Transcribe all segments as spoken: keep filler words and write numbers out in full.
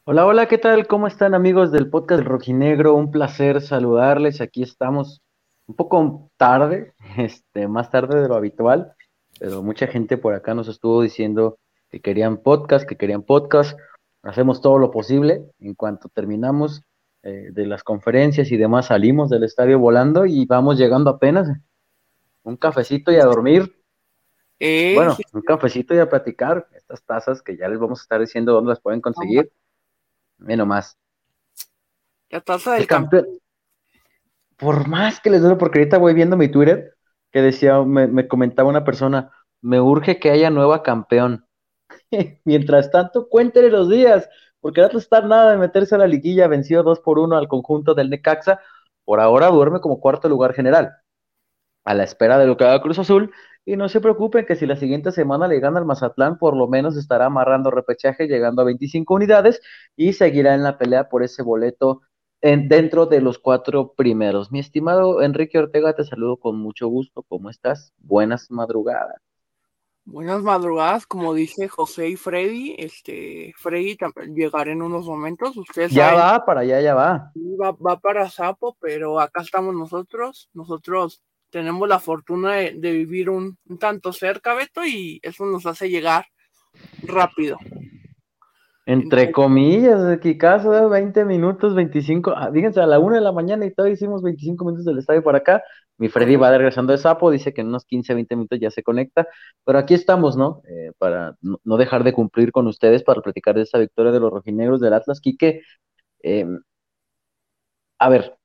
Hola, hola, ¿qué tal? ¿Cómo están amigos del podcast del Rojinegro? Un placer saludarles. Aquí estamos un poco tarde, este, más tarde de lo habitual, pero mucha gente por acá nos estuvo diciendo que querían podcast, que querían podcast. Hacemos todo lo posible. En cuanto terminamos eh, de las conferencias y demás, salimos del estadio volando y vamos llegando apenas. Un cafecito y a dormir. Eh, Bueno, un cafecito y a platicar. Estas tazas que ya les vamos a estar diciendo dónde las pueden conseguir. Menos más. la taza El del campeón. campeón. Por más que les duele, porque ahorita voy viendo mi Twitter, que decía, me, me comentaba una persona, me urge que haya nueva campeón. Mientras tanto, cuéntenle los días, porque no está nada de meterse a la liguilla, venció dos por uno al conjunto del Necaxa, por ahora duerme como cuarto lugar general, a la espera de lo que haga Cruz Azul, y no se preocupen que si la siguiente semana le gana al Mazatlán, por lo menos estará amarrando repechaje, llegando a veinticinco unidades, y seguirá en la pelea por ese boleto en, dentro de los cuatro primeros. Mi estimado Enrique Ortega, te saludo con mucho gusto. ¿Cómo estás? Buenas madrugadas. Buenas madrugadas, como dice José y Freddy. Este, Freddy llegará en unos momentos. Ustedes Ya saben, va, para allá ya va. va, va para Sapo, pero acá estamos nosotros. Nosotros tenemos la fortuna de, de vivir un, un tanto cerca, Beto, y eso nos hace llegar rápido. Entre Entonces, comillas, aquí caso, veinte minutos, veinticinco, ah, fíjense, a la una de la mañana y todavía hicimos veinticinco minutos del estadio para acá. Mi Freddy va correcto. regresando de Sapo, dice que en unos quince, veinte minutos ya se conecta, pero aquí estamos, ¿no? Eh, para no, no dejar de cumplir con ustedes para platicar de esa victoria de los rojinegros del Atlas, Quique. Eh, a ver,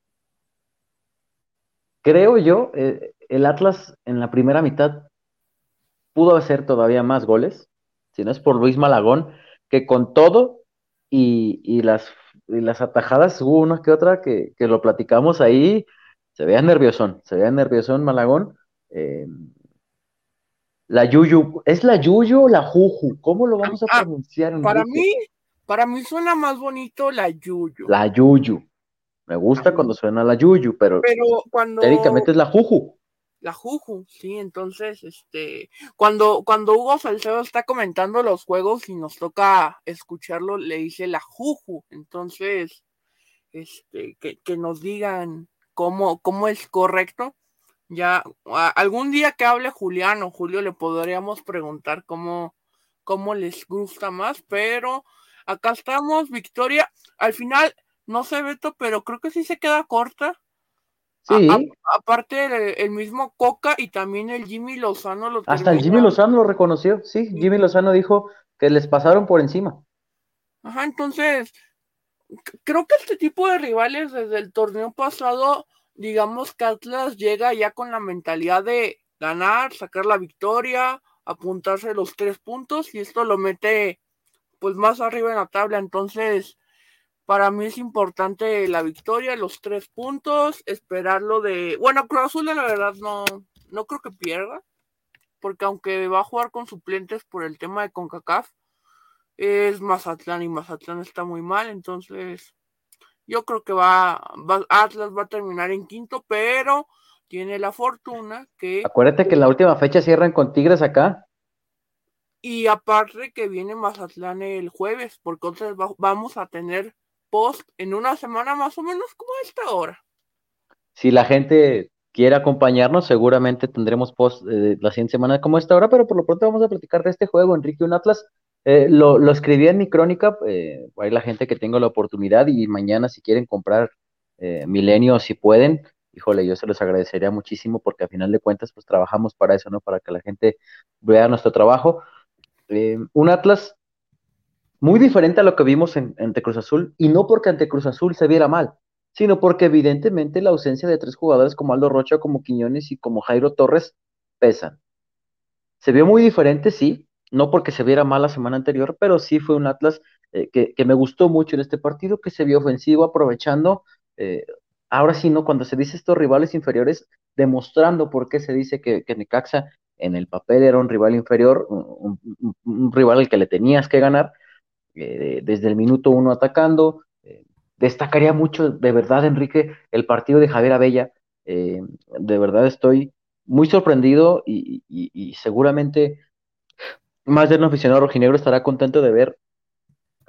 creo yo, eh, el Atlas en la primera mitad pudo hacer todavía más goles, si no es por Luis Malagón, que con todo y, y las, y las atajadas hubo una que otra que, que lo platicamos ahí, se veía nerviosón, se veía nerviosón Malagón. eh, la Yuyu, ¿es la Yuyu o la Juju? ¿Cómo lo vamos a Ah, pronunciar, para Enrique? mí, para mí suena más bonito la Yuyu. La Yuyu. Me gusta Ajá. cuando suena la Yuyu, pero Pero cuando técnicamente es la Juju. la Juju, sí, entonces, este, cuando, cuando Hugo Salcedo está comentando los juegos y nos toca escucharlo, le dice la Juju, entonces, este, que, que nos digan cómo, cómo es correcto. Ya, a, algún día que hable Julián o Julio le podríamos preguntar cómo, cómo les gusta más, pero acá estamos, Victoria, al final, no sé, Beto, pero creo que sí se queda corta. A, a, Sí, aparte el, el, mismo Coca y también el Jimmy Lozano lo hasta el termina. Jimmy Lozano lo reconoció. Sí, Jimmy Lozano dijo que les pasaron por encima. Ajá, entonces, creo que este tipo de rivales desde el torneo pasado, digamos que Atlas llega ya con la mentalidad de ganar, sacar la victoria, apuntarse los tres puntos y esto lo mete pues más arriba en la tabla. Entonces, para mí es importante la victoria, los tres puntos, esperarlo de... Bueno, Cruz Azul la verdad no, no creo que pierda, porque aunque va a jugar con suplentes por el tema de CONCACAF, es Mazatlán y Mazatlán está muy mal, entonces yo creo que va, va Atlas va a terminar en quinto, pero tiene la fortuna que, Acuérdate que en la última fecha cierran con Tigres acá. y aparte que viene Mazatlán el jueves, porque entonces va, vamos a tener post en una semana más o menos como esta hora. Si la gente quiere acompañarnos, seguramente tendremos post eh, la siguiente semana como esta hora, pero por lo pronto vamos a platicar de este juego, Enrique, un Atlas. Eh, lo, lo escribí en mi crónica, eh, hay la gente que tenga la oportunidad y mañana si quieren comprar eh, Milenio, si pueden, híjole, yo se los agradecería muchísimo porque a final de cuentas pues trabajamos para eso, ¿no? Para que la gente vea nuestro trabajo. Eh, un Atlas muy diferente a lo que vimos en, ante Cruz Azul, y no porque ante Cruz Azul se viera mal, sino porque evidentemente la ausencia de tres jugadores como Aldo Rocha, como Quiñones y como Jairo Torres pesan. Se vio muy diferente, sí, no porque se viera mal la semana anterior, pero sí fue un Atlas eh, que, que, me gustó mucho en este partido, que se vio ofensivo, aprovechando, eh, ahora sí, ¿no? Cuando se dice estos rivales inferiores, demostrando por qué se dice que, que Necaxa en el papel era un rival inferior, un, un, un rival al que le tenías que ganar, eh, desde el minuto uno atacando. Eh, destacaría mucho, de verdad, Enrique, el partido de Javier Abella. Eh, de verdad estoy muy sorprendido y, y, y seguramente más de un aficionado rojinegro estará contento de ver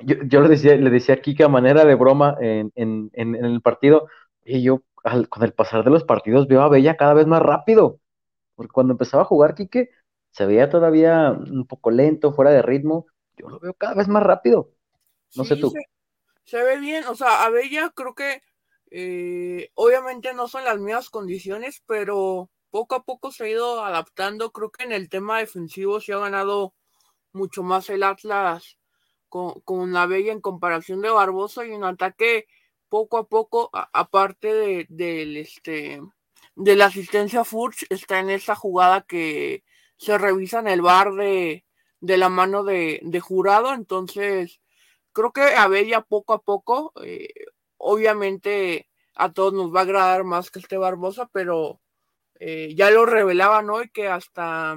yo, yo le decía, le decía a Kike a manera de broma en, en, en, en el partido, y yo al, con el pasar de los partidos veo a Bella cada vez más rápido, porque cuando empezaba a jugar Kike se veía todavía un poco lento, fuera de ritmo, yo lo veo cada vez más rápido, no sé Sí, se, tú. se ve bien, o sea, a Bella creo que eh, obviamente no son las mismas condiciones, pero poco a poco se ha ido adaptando. Creo que en el tema defensivo se ha ganado mucho más el Atlas con, con la Bella en comparación de Barbosa, y un ataque poco a poco, a, aparte de, del este de la asistencia Furch, está en esa jugada que se revisa en el bar de, de la mano de, de Jurado. Entonces creo que a Bella poco a poco, eh, obviamente a todos nos va a agradar más que este Barbosa, pero eh, ya lo revelaban hoy que hasta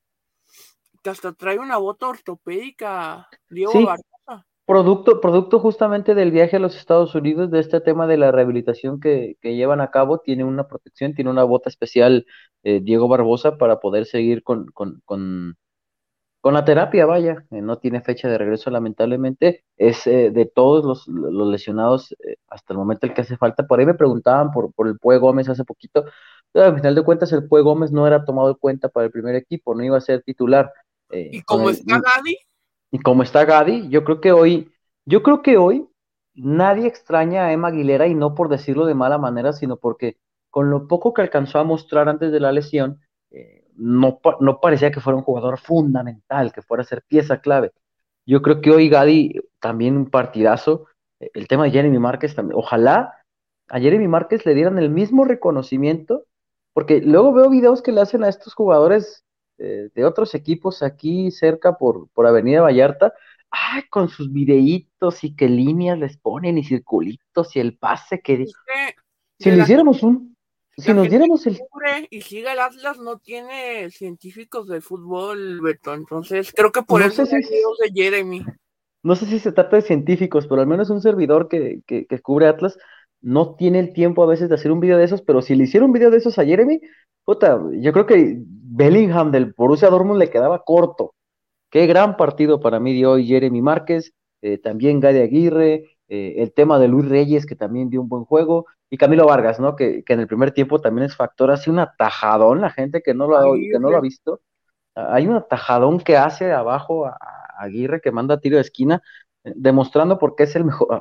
que hasta trae una bota ortopédica Diego Sí, Barbosa. producto, producto justamente del viaje a los Estados Unidos, de este tema de la rehabilitación que, que llevan a cabo, tiene una protección, tiene una bota especial eh, Diego Barbosa para poder seguir con, con, con, con la terapia, vaya, eh, no tiene fecha de regreso lamentablemente, es eh, de todos los, los lesionados eh, hasta el momento el que hace falta. Por ahí me preguntaban por, por el Pue Gómez hace poquito, pero al final de cuentas el Pue Gómez no era tomado en cuenta para el primer equipo, no iba a ser titular. Y eh, con como el, está Gadi, y como está Gadi, yo creo que hoy, yo creo que hoy nadie extraña a Emma Aguilera y no por decirlo de mala manera, sino porque con lo poco que alcanzó a mostrar antes de la lesión, eh, no, pa- no parecía que fuera un jugador fundamental, que fuera a ser pieza clave. Yo creo que hoy Gadi también un partidazo. Eh, El tema de Jeremy Márquez también. Ojalá a Jeremy Márquez le dieran el mismo reconocimiento, porque luego veo videos que le hacen a estos jugadores eh, de otros equipos aquí cerca por, por Avenida Vallarta, ay, con sus videitos y qué líneas les ponen y circulitos y el pase que es que si de le la, hiciéramos un, si la nos gente diéramos que el, cubre y sigue el Atlas no tiene científicos de fútbol, Beto. Entonces creo que por no eso sé no si, hay videos de Jeremy. no sé si se trata de científicos, pero al menos un servidor que, que, que cubre Atlas no tiene el tiempo a veces de hacer un video de esos, pero si le hiciera un video de esos a Jeremy, puta, yo creo que Bellingham del Borussia Dortmund le quedaba corto. Qué gran partido para mí dio hoy Jeremy Márquez, eh, también Gadi Aguirre, eh, el tema de Luis Reyes, que también dio un buen juego, y Camilo Vargas, ¿no? Que, que en el primer tiempo también es factor, hace un atajadón, la gente que no lo ha, que no lo ha Aguirre, visto, hay un atajadón que hace de abajo a, a Aguirre que manda tiro de esquina, eh, demostrando por qué es el mejor,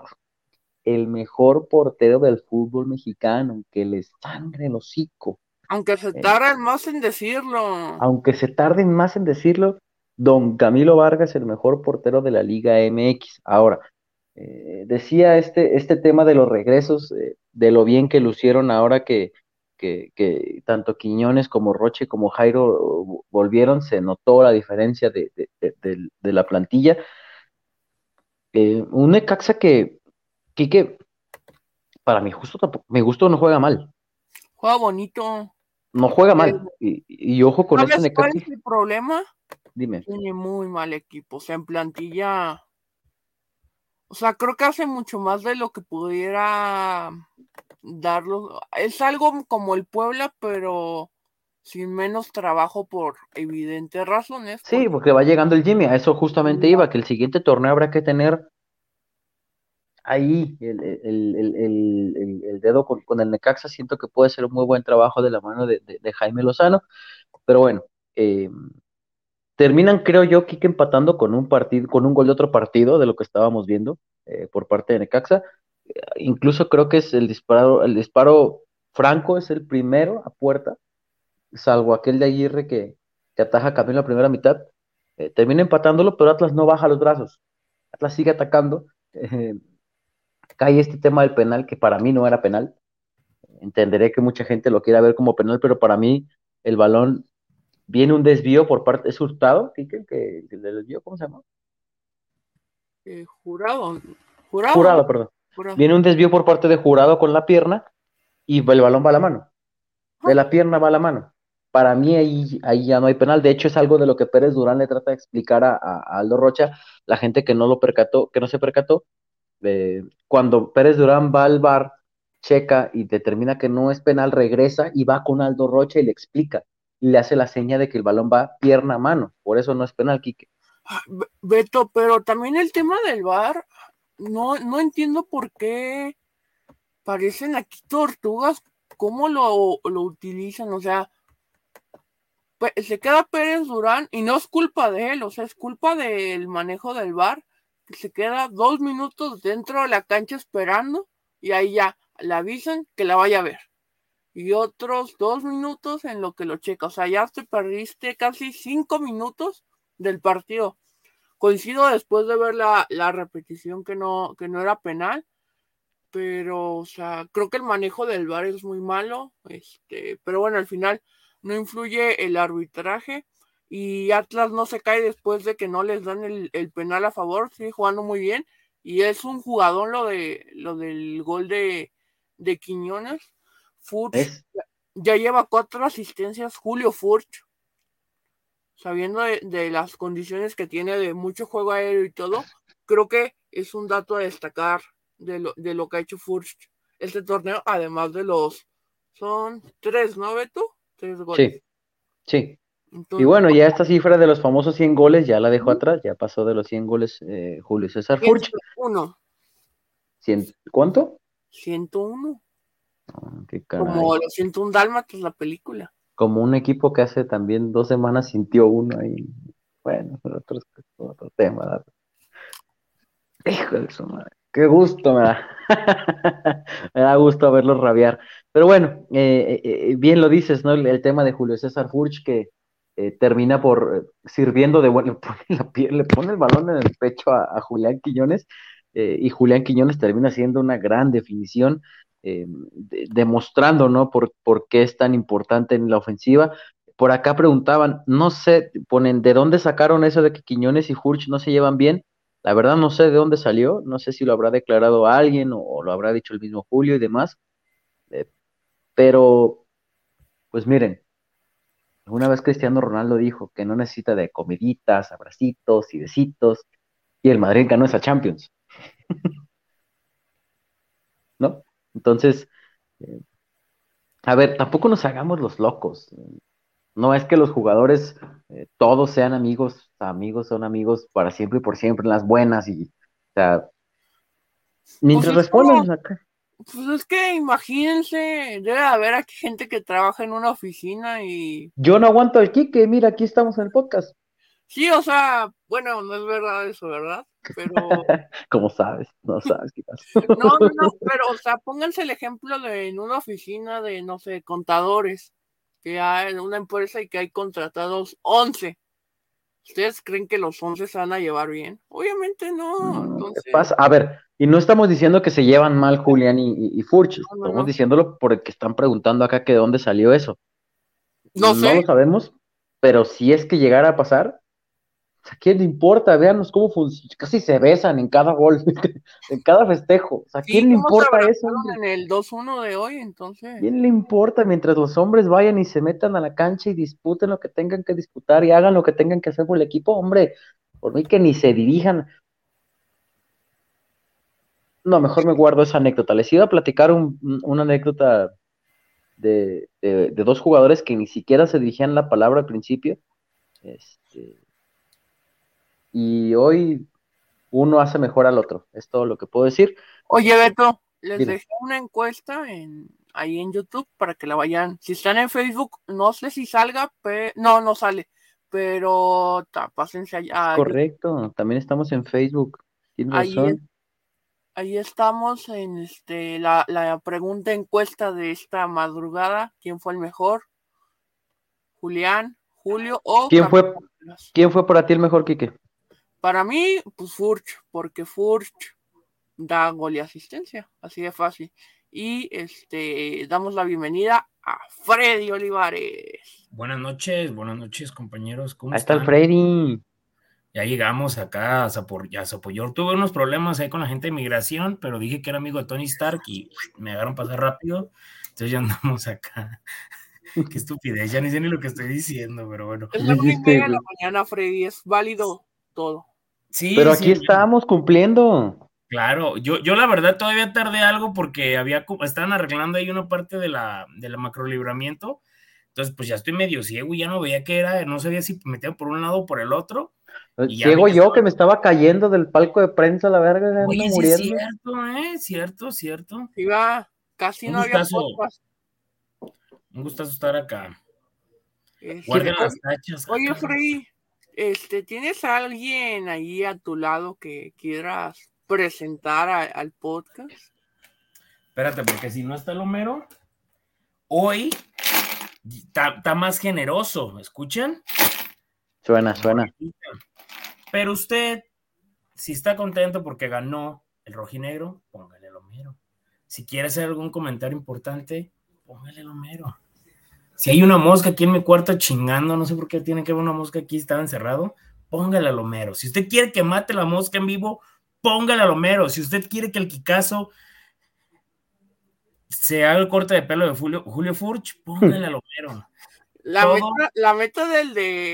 el mejor portero del fútbol mexicano, que le sangre el hocico. aunque se Eh, tarda más en decirlo. Aunque se tarden más en decirlo, don Camilo Vargas, el mejor portero de la Liga M X. Ahora, eh, decía este, este tema de los regresos, eh, de lo bien que lucieron ahora que, que, que tanto Quiñones como Roche como Jairo volvieron, se notó la diferencia de, de, de, de, de la plantilla. Eh, un Necaxa que, que, que para mi gusto, tampoco, mi gusto no juega mal, Juega bonito. no juega mal. Pero, Y, y ojo con este ¿sabes cuál Necaxa, es el problema? dime. Tiene muy mal equipo. O sea, en plantilla. O sea, creo que hace mucho más de lo que pudiera darlo. Es algo como el Puebla, pero sin menos trabajo por evidentes razones, Sí, porque porque va llegando el Jimmy, a eso justamente iba, que el siguiente torneo habrá que tener ahí el, el- el- el- el- el dedo con, con el Necaxa, siento que puede ser un muy buen trabajo de la mano de, de- de Jaime Lozano, pero bueno, eh, terminan creo yo Kike empatando con un partido, con un gol de otro partido de lo que estábamos viendo eh, por parte de Necaxa, incluso creo que es el disparo, el disparo franco es el primero a puerta, salvo aquel de Aguirre que, que ataja a Camilo en la primera mitad, eh, termina empatándolo, pero Atlas no baja los brazos, Atlas sigue atacando, eh, cae este tema del penal que para mí no era penal, entenderé que mucha gente lo quiera ver como penal, pero para mí el balón viene un desvío por parte, es Hurtado, Quique, que, que le desvío, ¿cómo se llama? eh, jurado, jurado, ¿no? Jurado, perdón. Jurado. Viene un desvío por parte de Jurado con la pierna y el balón va a la mano, de Ajá. la pierna va a la mano. Para mí ahí, ahí ya no hay penal. De hecho, es algo de lo que Pérez Durán le trata de explicar a, a- a Aldo Rocha, la gente que no lo percató, que no se percató. Eh, cuando Pérez Durán va al bar, checa y determina que no es penal, regresa y va con Aldo Rocha y le explica. Y le hace la seña de que el balón va pierna a mano. Por eso no es penal, Quique. Beto, pero también el tema del V A R, no, no entiendo por qué parecen aquí tortugas, cómo lo, lo utilizan, o sea, se queda Pérez Durán y no es culpa de él, o sea, es culpa del manejo del V A R, que se queda dos minutos dentro de la cancha esperando y ahí ya le avisan que la vaya a ver. Y otros dos minutos en lo que lo checa, o sea, ya te perdiste casi cinco minutos del partido. Coincido después de ver la, la repetición que no, que no era penal, pero, o sea, creo que el manejo del V A R es muy malo, este, pero bueno, al final no influye el arbitraje y Atlas no se cae después de que no les dan el, el penal a favor, sigue jugando muy bien y es un jugador lo de lo del gol de, de Quiñones. Furch Es, ya, ya lleva cuatro asistencias, Julio Furch, sabiendo de, de las condiciones que tiene de mucho juego aéreo y todo, creo que es un dato a destacar de lo, de lo que ha hecho Furch este torneo, además de los, son tres, ¿no, Beto? Tres goles. sí, sí. Y Entonces, bueno, ya esta cifra de los famosos cien goles ya la dejó atrás, ya pasó de los cien goles eh, Julio César Furch. ciento uno. ¿Cien, cuánto? ciento uno. Ah, qué Como caray. los ciento uno Dálmatas, la película. Como un equipo que hace también dos semanas sintió uno ahí. Bueno, otro, otro tema. ¿Verdad? Hijo de su madre. Qué gusto me da. Me da gusto verlos rabiar. Pero bueno, eh, eh, eh, bien lo dices, ¿no? El, el tema de Julio César Furch que eh, termina por eh, sirviendo de bueno, le pone la piel, le pone el balón en el pecho a, a Julián Quiñones eh, y Julián Quiñones termina siendo una gran definición, eh, de- demostrando, ¿no? Por, por qué es tan importante en la ofensiva. Por acá preguntaban, no sé, ponen, ¿de dónde sacaron eso de que Quiñones y Furch no se llevan bien? La verdad no sé de dónde salió, no sé si lo habrá declarado alguien o, o lo habrá dicho el mismo Julio y demás, eh, pero pues miren, una vez Cristiano Ronaldo dijo que no necesita de comiditas, abracitos y besitos, y el Madrid ganó esa Champions, ¿no? Entonces, eh, a ver, tampoco nos hagamos los locos. No es que los jugadores eh, todos sean amigos, amigos son amigos para siempre y por siempre, en las buenas y, o sea, Pues mientras es como, respondan acá. pues es que imagínense, debe haber aquí gente que trabaja en una oficina y Yo no aguanto al Quique, mira, aquí estamos en el podcast. sí, o sea, bueno, no es verdad eso, ¿verdad? Pero, ¿Cómo sabes? No sabes qué pasa. no, no, no, pero, o sea, pónganse el ejemplo de en una oficina de, no sé, contadores, que hay en una empresa y que hay contratados once. ¿Ustedes creen que los once se van a llevar bien? Obviamente no, No, ¿qué entonces, pasa? A ver, y no estamos diciendo que se llevan mal Julián y, y, y Furch, no, no, estamos no. diciéndolo porque están preguntando acá que de dónde salió eso. No No sé, lo sabemos, pero si es que llegara a pasar, ¿a quién le importa? Véanos cómo funciona. Casi se besan en cada gol, en cada festejo. O sea, ¿a sí, quién le cómo se importa eso, abrazaron hombre? en el dos uno de hoy, entonces, ¿Quién le importa mientras los hombres vayan y se metan a la cancha y disputen lo que tengan que disputar y hagan lo que tengan que hacer por el equipo? Hombre, por mí que ni se dirijan. No, mejor me guardo esa anécdota. Les iba a platicar un- un- una anécdota de, de- de dos jugadores que ni siquiera se dirigían la palabra al principio. Este, y hoy uno hace mejor al otro. Es todo lo que puedo decir. oye, Beto, les Dime. dejé una encuesta en, ahí en YouTube para que la vayan. Si están en Facebook, no sé si salga, pe- no, no sale, pero ta, pásense Es allá a YouTube. correcto. También estamos en Facebook. Tienes Ahí, razón. ahí estamos en este la, la pregunta encuesta de esta madrugada. ¿Quién fue el mejor? ¿Julián, Julio o ¿Quién Camilo fue, Vargas? quién fue para ti el mejor, Quique? Para mí, pues Furch, porque Furch da gol y asistencia, así de fácil. Y este damos la bienvenida a Freddy Olivares. Buenas noches, buenas noches compañeros, ¿cómo Ahí está el están? Freddy. Ya llegamos acá a Zapor, a Zapoyor. Tuve unos problemas ahí con la gente de migración, pero dije que era amigo de Tony Stark y uf, me dejaron pasar rápido. Entonces ya andamos acá. Qué estupidez, ya ni sé ni lo que estoy diciendo, pero bueno. Es la una y Dijiste, media de la güey. mañana, Freddy, es válido todo. Pero Sí, aquí sí, estamos cumpliendo. claro. Yo, yo la verdad todavía tardé algo porque había, co- estaban arreglando ahí una parte de la, de la macrolibramiento. Entonces, pues ya estoy medio ciego y ya no veía qué era, no sabía si me metía por un lado o por el otro. Y ya vi Ciego que yo estaba... que me estaba cayendo del palco de prensa, la verga, ando Oye, sí es muriendo. cierto, ¿eh? Cierto, cierto. Iba, casi Un no había gustazo, podcast. un gustazo estar acá. Este, Guarden las oye, tachas. Ah, oye, cabrón. Frey, este, ¿tienes a alguien ahí a tu lado que quieras presentar a- al podcast? Espérate, porque si no está el Homero, hoy está más generoso, ¿escuchan? Suena, suena. Pero usted, si está contento porque ganó el rojinegro, póngale el Homero. Si quiere hacer algún comentario importante, póngale el Homero. Si hay una mosca aquí en mi cuarto chingando, no sé por qué tiene que haber una mosca aquí, estaba encerrado, póngale al Homero. Si usted quiere que mate la mosca en vivo, póngale al Homero. Si usted quiere que el Kikazo se haga el corte de pelo de Julio, Julio Furch, póngale al Homero. La Todo. meta, la meta del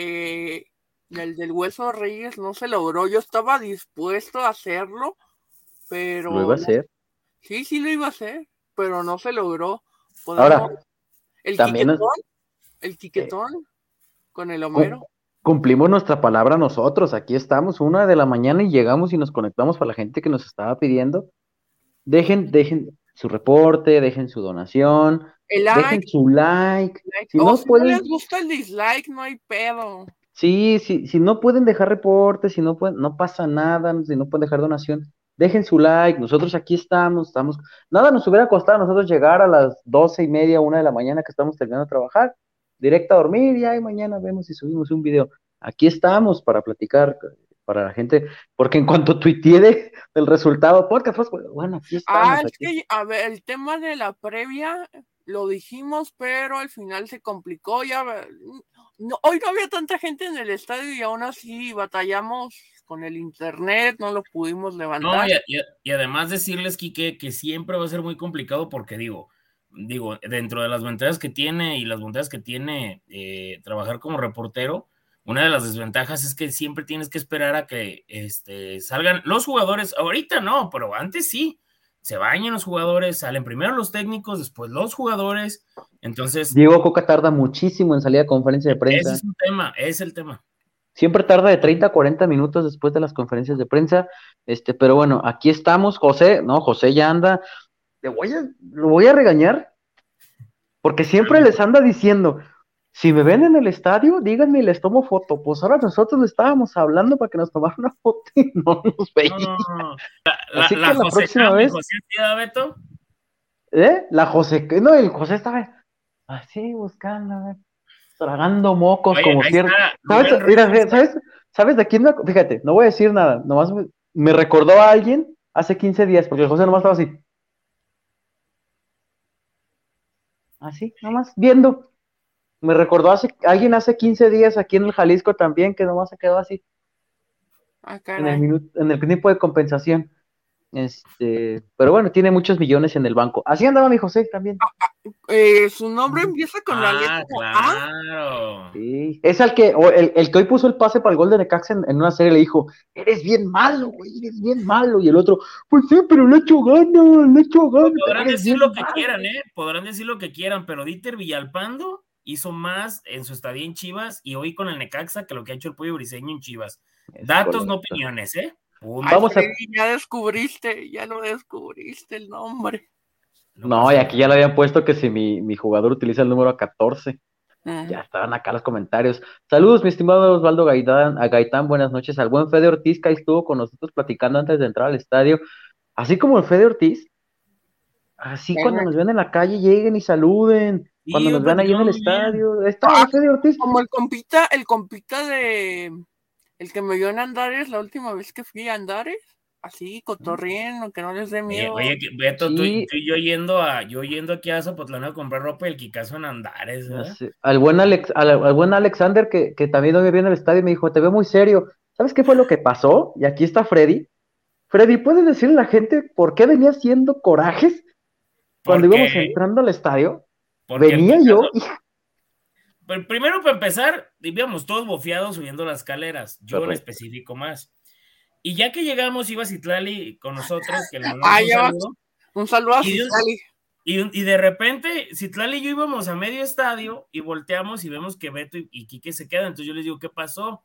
de del, del Hueso Reyes no se logró. Yo estaba dispuesto a hacerlo, pero Lo iba a no, hacer. sí, sí lo iba a hacer, pero no se logró. Podemos, Ahora, el también nos, quiquetón, el eh, quiquetón con el cum- Homero. cumplimos nuestra palabra nosotros. Aquí estamos, una de la mañana y llegamos y nos conectamos para la gente que nos estaba pidiendo. Dejen, dejen su reporte, dejen su donación, El dejen like, su like. like, Si o no si no les pueden, gusta el dislike, no hay pedo. sí, sí, si no pueden dejar reporte, si no pueden, no pasa nada, si no pueden dejar donación, dejen su like. Nosotros aquí estamos, estamos. Nada nos hubiera costado a nosotros llegar a las doce y media, una de la mañana que estamos terminando de trabajar, directo a dormir y ahí mañana vemos si subimos un video. Aquí estamos para platicar para la gente, porque en cuanto tuiteé de, del resultado, podcast, pues, bueno, aquí Ah, estamos, es aquí. que, a ver, el tema de la previa lo dijimos, pero al final se complicó. Ya, no, hoy no había tanta gente en el estadio y aún así batallamos con el internet, no lo pudimos No, levantar. y, y, y además decirles, Quique, que siempre va a ser muy complicado porque digo, digo, dentro de las ventajas que tiene y las ventajas que tiene eh, trabajar como reportero, una de las desventajas es que siempre tienes que esperar a que este, salgan los jugadores. Ahorita no, pero antes sí. Se bañan los jugadores, salen primero los técnicos, después los jugadores. Entonces, Diego Coca tarda muchísimo en salir a conferencia de ese prensa. es un tema, ese es el tema. Siempre tarda de treinta a cuarenta minutos después de las conferencias de prensa. Este, pero bueno, aquí estamos, José, no, José ya anda, le voy a, lo voy a regañar, porque siempre les anda diciendo, si me ven en el estadio, díganme y les tomo foto. Pues ahora nosotros le estábamos hablando para que nos tomaran una foto y no nos veía. No, no, no. La, la, Así la que la José próxima Cam y vez, José Tía Beto. ¿eh? La José, no, el José estaba así buscando, a ver, tragando mocos Oye, como ahí cierto. está ¿Sabes? Rubén Mira, Reyes. ¿sabes? ¿Sabes de quién me ac- Fíjate, no voy a decir nada, nomás me, me recordó a alguien hace quince días, porque el José nomás estaba así. Así, nomás viendo. Me recordó hace alguien hace quince días aquí en el Jalisco también, que nomás se quedó así, Ah, en el caray. minuto, en el tiempo de compensación. Este, pero bueno, tiene muchos millones en el banco. Así andaba mi José también. Eh, su nombre empieza con la letra Ah, A. claro. Sí. Es el que, o el, el que hoy puso el pase para el gol de Necaxa en, en una serie le dijo, eres bien malo, güey, eres bien malo. Y el otro, pues sí, pero le echo ganas, le echo ganas, pero Podrán eres decir bien lo que malo. quieran, ¿eh? Podrán decir lo que quieran, pero Dieter Villalpando hizo más en su estadía en Chivas y hoy con el Necaxa que lo que ha hecho el Pollo Briseño en Chivas. Es Datos, no correcto. opiniones, ¿eh? Ay, Punto. Vamos a, Freddy, ya descubriste, ya lo descubriste el nombre. No no, y pasa aquí nada. ya le habían puesto que si mi, mi jugador utiliza el número catorce. Mm. Ya estaban acá los comentarios. Saludos, mi estimado Osvaldo Gaitán, a Gaitán, buenas noches. Al buen Fede Ortiz, que ahí estuvo con nosotros platicando antes de entrar al estadio. Así como el Fede Ortiz, así cuando Eh, nos ven en la calle, lleguen y saluden. Cuando Sí, hoy nos vean ahí en platicamos el muy bien. estadio. Está ah, el Fede Ortiz. como el compita, el compita de el que me vio en Andares la última vez que fui a Andares, así cotorriendo, que no les dé Oye, miedo. oye, que- Beto, tú, Sí, tú y yo yendo a, yo yendo aquí a Zapotlán a comprar ropa y el Kikazo en Andares, ya ¿verdad? sé. Al buen Alex, al, al buen Alexander, que, que también hoy me vio en el estadio y me dijo, te veo muy serio. ¿Sabes qué fue lo que pasó? Y aquí está Freddy. Freddy, ¿puedes decirle a la gente por qué venía haciendo corajes cuando íbamos Porque, entrando al estadio? porque el Venía Kikazo, yo y... pero primero para empezar, vivíamos todos bofeados subiendo las escaleras, yo en Correcto. específico más. Y ya que llegamos, iba Citlali con nosotros, que le mandamos Ah, un ya va. saludo, Un saludo a y de, un- Citlali. y, y de repente Citlali y yo íbamos a medio estadio y volteamos y vemos que Beto y, y Quique se quedan. Entonces yo les digo, ¿qué pasó?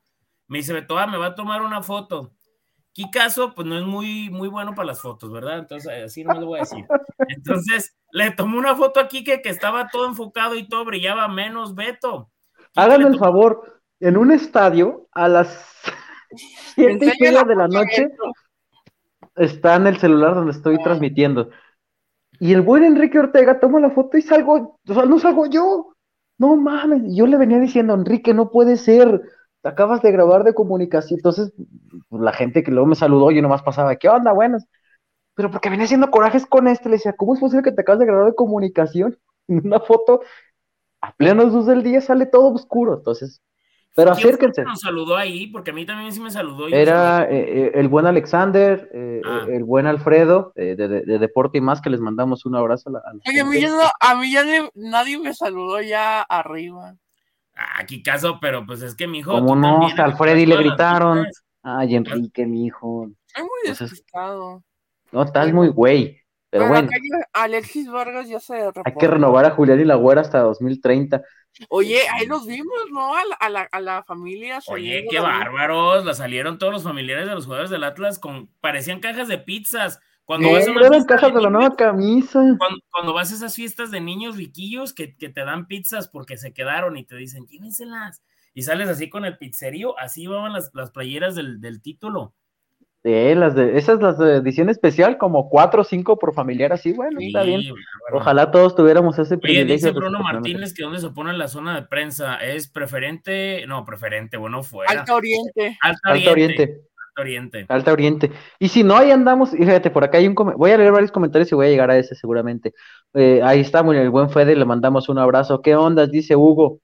Me dice, Beto, ah, me va a tomar una foto. Kikazo, pues no es muy, muy bueno para las fotos, ¿verdad? Entonces, así no me lo voy a decir. Entonces, le tomó una foto a Kike que estaba todo enfocado y todo brillaba menos Beto. Háganme el favor, en un estadio, a las siete y media de la noche, está en el celular donde estoy ah. transmitiendo. Y el buen Enrique Ortega toma la foto y salgo, o sea, no salgo yo. No mames, yo le venía diciendo, Enrique, no puede ser, te acabas de grabar de comunicación. Entonces, pues, la gente que luego me saludó, yo nomás pasaba, ¿qué onda? Buenas. Pero porque venía haciendo corajes con este, le decía, ¿cómo es posible que te acabas de grabar de comunicación? En una foto, a plenos luz del día sale todo oscuro, entonces, pero acérquense. ¿Quién nos saludó ahí? Porque a mí también sí me saludó. Era eh, el buen Alexander, eh, ah. el buen Alfredo, eh, de, de, de Deporte y Más, que les mandamos un abrazo a la, a la Oye, a mí, ya no, a mí ya ni, nadie me saludó ya arriba. Aquí caso, pero pues es que mi hijo. Como no, hasta al Freddy le gritaron. Ay, Enrique, mi hijo. Estoy muy despistado. No, estás bueno, muy güey. Pero, pero bueno. Alexis Vargas ya se reportó. Hay que renovar a Julián y la Güera hasta dos mil treinta. Oye, ahí los vimos, ¿no? A la, a la, a la familia. Oye, qué bárbaros. La salieron todos los familiares de los jugadores del Atlas con. Parecían cajas de pizzas. Cuando no, vas a eran cajas de, de la nueva camisa. Cuando, cuando vas a esas fiestas de niños riquillos que, que te dan pizzas porque se quedaron y te dicen, llévenselas. Y sales así con el pizzerío, así van las, las playeras del, del título. Sí, las de, esas las de edición especial, como cuatro o cinco por familiar, así, bueno, sí, está bien. Bueno. Ojalá todos tuviéramos ese Oye, privilegio. Dice Bruno Martínez que donde se pone en la zona de prensa es preferente, no, preferente, bueno, fuera. Alta Oriente. Alta Oriente. Alta Oriente. Alta Oriente. Alta Oriente. Y si no, ahí andamos, y fíjate, por acá hay un comentario, voy a leer varios comentarios y voy a llegar a ese seguramente. Eh, ahí estamos, el buen Fede, le mandamos un abrazo. ¿Qué ondas? Dice Hugo.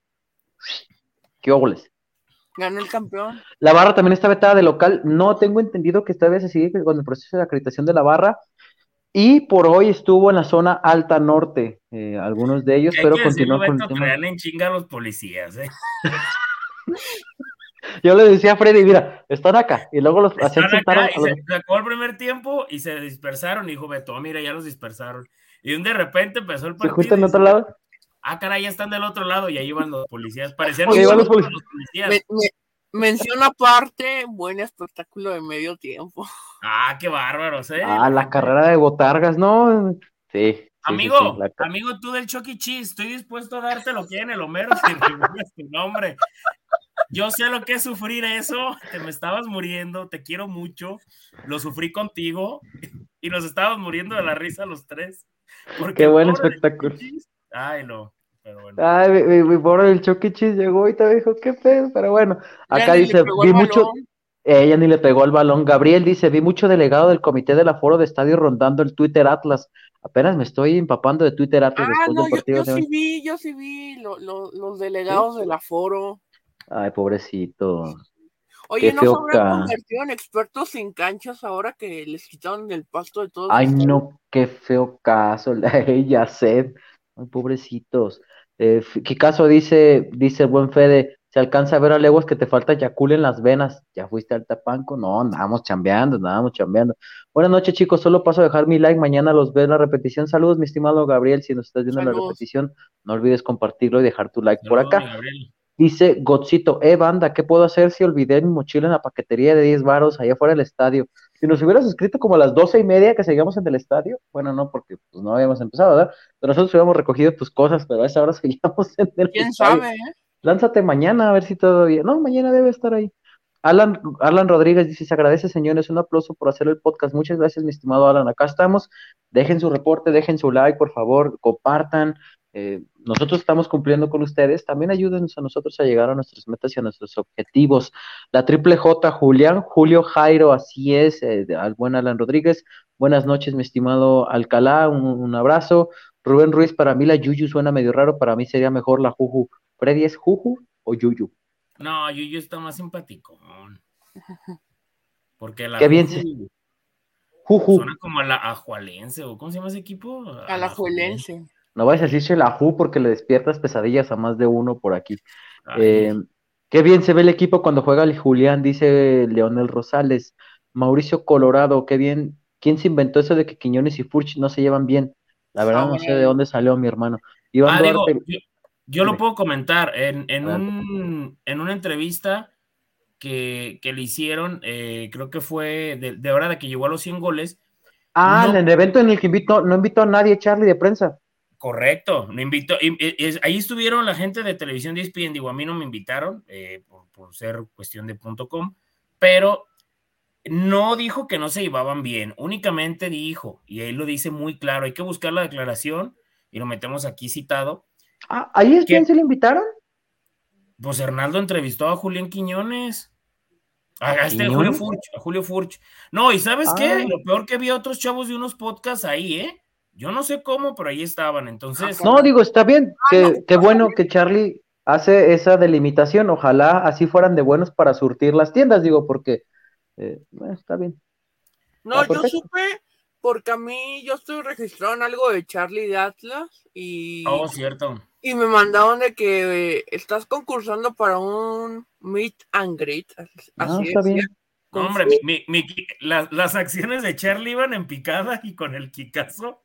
¿Qué óboles? Ganó el campeón. La barra también está vetada de local. No tengo entendido que todavía se sigue con el proceso de acreditación de la barra. Y por hoy estuvo en la zona alta norte, eh, algunos de ellos, pero continuó con el tema. En chinga a los policías, ¿eh? Yo le decía a Freddy, mira, están acá, y luego los hacían sentar. A los... Se sacó el primer tiempo y se dispersaron, y dijo Beto, mira, ya los dispersaron. Y de repente empezó el partido. ¿Se justo en otro lado? Ah, caray, ya están del otro lado, y ahí iban los policías. Parecían los, los policías. Me, me, mención aparte, buen espectáculo de medio tiempo. Ah, qué bárbaros, ¿eh? Ah, la carrera de botargas, ¿no? Sí. Amigo, sí, sí, la... amigo, tú del Chuck E. Cheese, estoy dispuesto a darte lo que en el Homero si revuelves tu nombre. Yo sé lo que es sufrir eso, te me estabas muriendo, te quiero mucho, lo sufrí contigo y nos estábamos muriendo de la risa los tres. Qué buen espectáculo. Ay, no, pero bueno. Ay, mi, mi, mi pobre del Chuck E. Cheese llegó y te dijo, qué pedo, pero bueno, acá dice, vi mucho, ella ni le pegó al balón. Gabriel dice, vi mucho delegado del comité del aforo de estadio rondando el Twitter Atlas. Apenas me estoy empapando de Twitter Atlas. Ah, después no, del partido yo, yo de sí vi, yo sí vi lo, lo, los delegados ¿sí? del aforo. Ay, pobrecito. Oye, ¿no se habrán convertido en expertos en canchas ahora que les quitaron el pasto de todos? Ay, no, qué feo caso, ya sé. Ay, pobrecitos. Eh, ¿Qué caso dice, dice el buen Fede? Se alcanza a ver a leguas que te falta Yakul en las venas. ¿Ya fuiste al Tapanco? No, andábamos chambeando, andábamos chambeando. Buenas noches, chicos. Solo paso a dejar mi like. Mañana los veo en la repetición. Saludos, mi estimado Gabriel. Si nos estás viendo en la repetición, no olvides compartirlo y dejar tu like. Saludos, por acá. Dice Godzito, eh, banda, ¿qué puedo hacer si olvidé mi mochila en la paquetería de diez varos allá afuera del estadio? Si nos hubieras escrito como a las doce y media que seguíamos en el estadio, bueno, no, porque pues no habíamos empezado, ¿verdad? Pero nosotros hubiéramos recogido tus cosas, pero a esa hora seguíamos en el ¿Quién estadio. sabe, eh? Lánzate mañana a ver si todo bien. No, mañana debe estar ahí. Alan, Alan Rodríguez dice, se agradece, señores, un aplauso por hacer el podcast. Muchas gracias, mi estimado Alan. Acá estamos. Dejen su reporte, dejen su like, por favor, compartan. Eh, nosotros estamos cumpliendo con ustedes. También ayúdenos a nosotros a llegar a nuestras metas y a nuestros objetivos. La triple J, Julián, Julio Jairo, así es, eh, al buen Alan Rodríguez. Buenas noches, mi estimado Alcalá, un, un abrazo. Rubén Ruiz, para mí la Yuyu suena medio raro, para mí sería mejor la Juju. ¿Freddy es Juju o Yuyu? No, Yuyu está más simpático. Porque la Qué bien se... Juju. Suena como a la Ajualense, o ¿cómo se llama ese equipo? A la Ajualense. No vayas a decirse la Ju porque le despiertas pesadillas a más de uno por aquí. Eh, qué bien se ve el equipo cuando juega el Julián, dice Leonel Rosales. Mauricio Colorado, qué bien. ¿Quién se inventó eso de que Quiñones y Furch no se llevan bien? La verdad, no sé de dónde salió mi hermano. Iván ah, Duarte... digo, yo, yo lo puedo comentar. En, en, un, en una entrevista que, que le hicieron, eh, creo que fue de, de hora de que llegó a los cien goles. Ah, no, en el evento en el que invitó, no invitó a nadie, Charlie, de prensa. Correcto, me invitó, y, y, y, ahí estuvieron la gente de televisión de E S P N, digo, a mí no me invitaron, eh, por, por ser cuestión de punto com, pero no dijo que no se llevaban bien, únicamente dijo, y ahí lo dice muy claro, hay que buscar la declaración, y lo metemos aquí citado. Ah, ¿ahí es que, bien se le invitaron? Pues Hernaldo entrevistó a Julián Quiñones. A, ¿A a este Julio Quiñones? Furch, a Julio Furch. No, y ¿sabes qué? Ah. Lo peor que vi a otros chavos de unos podcasts ahí, ¿eh? Yo no sé cómo, pero ahí estaban. Entonces, No, digo, está bien, Ah, no, que, qué bueno que Charlie hace esa delimitación, ojalá así fueran de buenos para surtir las tiendas, digo, porque eh, bueno, está bien. No, Está yo perfecto. supe porque a mí yo estoy registrado en algo de Charlie de Atlas y, oh, cierto. y me mandaron de que eh, estás concursando para un meet and greet, así, Ah, así está decía. bien. No, Con hombre, Fu- mi, mi, mi- la- las acciones de Charlie iban en picada y con el Kikazo.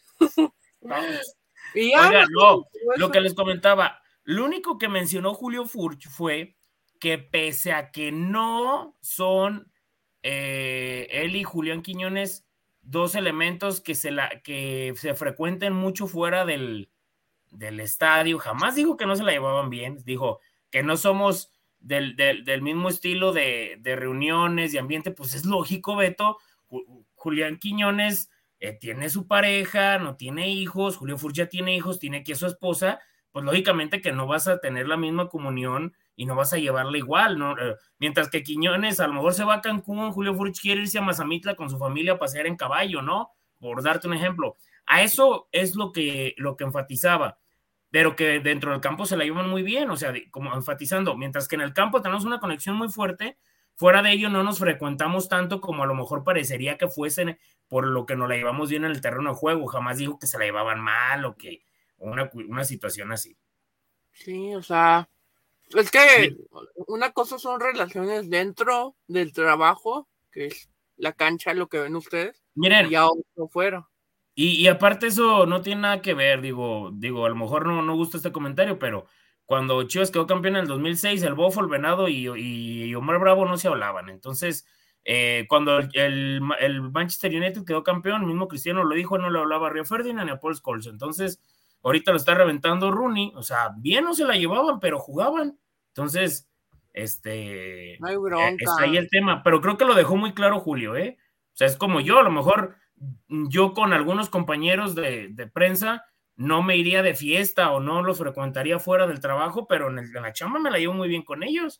Vamos. y ya Oiga, no, no, lo que les comentaba, lo único que mencionó Julio Furch fue que pese a que no son eh, él y Julián Quiñones dos elementos que se, la, que se frecuenten mucho fuera del, del estadio, jamás dijo que no se la llevaban bien, dijo que no somos del, del, del mismo estilo de, de reuniones y ambiente, pues es lógico, Beto. Julián Quiñones eh, tiene su pareja, no tiene hijos, Julio Furch ya tiene hijos, tiene aquí a su esposa, pues lógicamente que no vas a tener la misma comunión y no vas a llevarla igual, ¿no? Eh, mientras que Quiñones a lo mejor se va a Cancún, Julio Furch quiere irse a Mazamitla con su familia a pasear en caballo, ¿no? Por darte un ejemplo. A eso es lo que, lo que enfatizaba, pero que dentro del campo se la llevan muy bien, o sea, como enfatizando, mientras que en el campo tenemos una conexión muy fuerte, fuera de ello no nos frecuentamos tanto como a lo mejor parecería que fuesen por lo que nos la llevamos bien en el terreno de juego, jamás dijo que se la llevaban mal o que una, una situación así. Sí, o sea, es que una cosa son relaciones dentro del trabajo, que es la cancha, lo que ven ustedes, Miren, y ya otro fuera. Y, y aparte eso no tiene nada que ver, digo, digo, a lo mejor no, no gusta este comentario, pero cuando Chivas quedó campeón en el dos mil seis, el Bofo, el Venado y, y Omar Bravo no se hablaban. Entonces, eh, cuando el, el, el Manchester United quedó campeón, el mismo Cristiano lo dijo, no le hablaba a Rio Ferdinand ni a Paul Scholes. Entonces, ahorita lo está reventando Rooney, o sea, bien no se la llevaban, pero jugaban. Entonces, este, No hay eh, está ahí bronca. el tema, pero creo que lo dejó muy claro Julio, ¿eh? O sea, es como yo, a lo mejor yo con algunos compañeros de, de prensa no me iría de fiesta o no los frecuentaría fuera del trabajo, pero en, el, en la chamba me la llevo muy bien con ellos.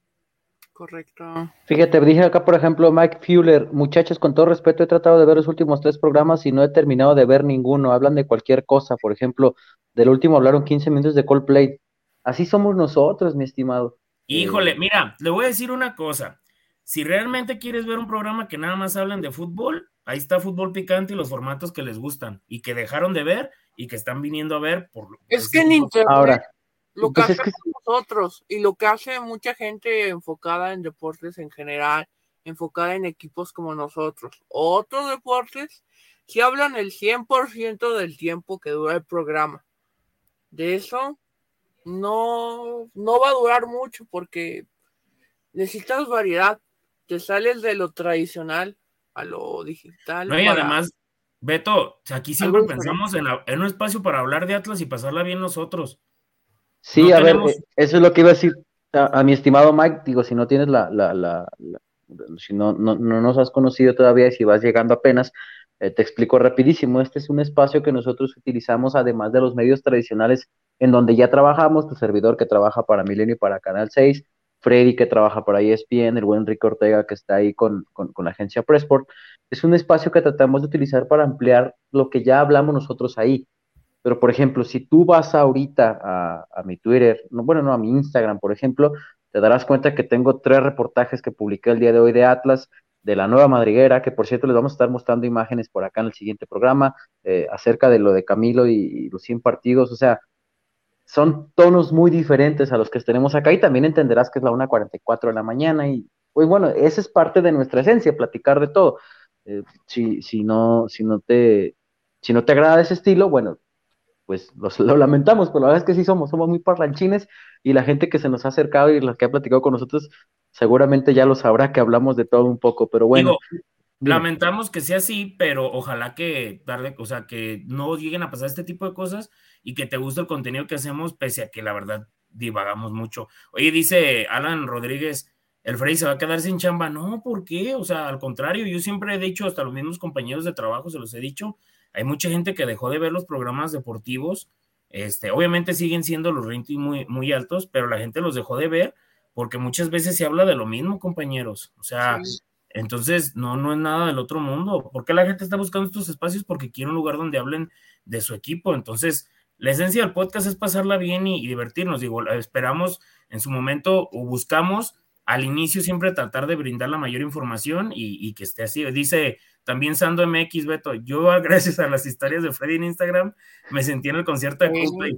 Correcto. Fíjate, dije acá, por ejemplo, Mike Fuller, muchachos, con todo respeto, he tratado de ver los últimos tres programas y no he terminado de ver ninguno. Hablan de cualquier cosa, por ejemplo, del último hablaron quince minutos de Coldplay. Así somos nosotros, mi estimado. Híjole, Eh, mira, le voy a decir una cosa. Si realmente quieres ver un programa que nada más hablen de fútbol, ahí está Fútbol Picante y los formatos que les gustan y que dejaron de ver y que están viniendo a ver por, por Es ese que en tipo de... internet, ahora, lo que pues es que hacemos nosotros y lo que hace mucha gente enfocada en deportes en general, enfocada en equipos como nosotros, otros deportes, si hablan el cien por ciento del tiempo que dura el programa. De eso no, no va a durar mucho porque necesitas variedad. Te sales de lo tradicional a lo digital No, y para además, Beto, aquí algo siempre diferente. pensamos en, la, en un espacio para hablar de Atlas y pasarla bien nosotros. sí, No a ver, tenemos... eh, eso es lo que iba a decir a, a mi estimado Mike. Digo, si no tienes la, la, la, la- si no, no, no nos has conocido todavía y si vas llegando apenas, eh, te explico rapidísimo. Este es un espacio que nosotros utilizamos además de los medios tradicionales en donde ya trabajamos, tu servidor que trabaja para Milenio y para Canal seis, Freddy que trabaja para E S P N, el buen Enrique Ortega que está ahí con, con, con la agencia Pressport. Es un espacio que tratamos de utilizar para ampliar lo que ya hablamos nosotros ahí. Pero, por ejemplo, si tú vas ahorita a, a mi Twitter, no, bueno, no, a mi Instagram, por ejemplo, te darás cuenta que tengo tres reportajes que publiqué el día de hoy de Atlas, de la nueva madriguera, que por cierto les vamos a estar mostrando imágenes por acá en el siguiente programa, eh, acerca de lo de Camilo y, y los cien partidos, o sea, son tonos muy diferentes a los que tenemos acá y también entenderás que es la una cuarenta y cuatro de la mañana y, pues bueno, esa es parte de nuestra esencia, platicar de todo. Eh, si, si, no, si, no te, si no te agrada ese estilo, bueno, pues los, lo lamentamos, pero la verdad es que sí somos, somos muy parlanchines y la gente que se nos ha acercado y la que ha platicado con nosotros seguramente ya lo sabrá que hablamos de todo un poco, pero bueno. Digo, lamentamos que sea así, pero ojalá que darle, o sea, que no lleguen a pasar este tipo de cosas y que te guste el contenido que hacemos, pese a que la verdad divagamos mucho. Oye, dice Alan Rodríguez, el Freddy se va a quedar sin chamba. No, ¿por qué? O sea, al contrario, yo siempre he dicho, hasta los mismos compañeros de trabajo se los he dicho, hay mucha gente que dejó de ver los programas deportivos, este, obviamente siguen siendo los ratings muy, muy altos, pero la gente los dejó de ver porque muchas veces se habla de lo mismo, compañeros. O sea, sí. Entonces, no, no es nada del otro mundo. ¿Por qué la gente está buscando estos espacios? Porque quiere un lugar donde hablen de su equipo. Entonces, la esencia del podcast es pasarla bien y, y divertirnos. Digo, esperamos en su momento o buscamos al inicio siempre tratar de brindar la mayor información y, y que esté así. Dice también Sando M X, Beto, yo gracias a las historias de Freddy en Instagram me sentí en el concierto de Coldplay.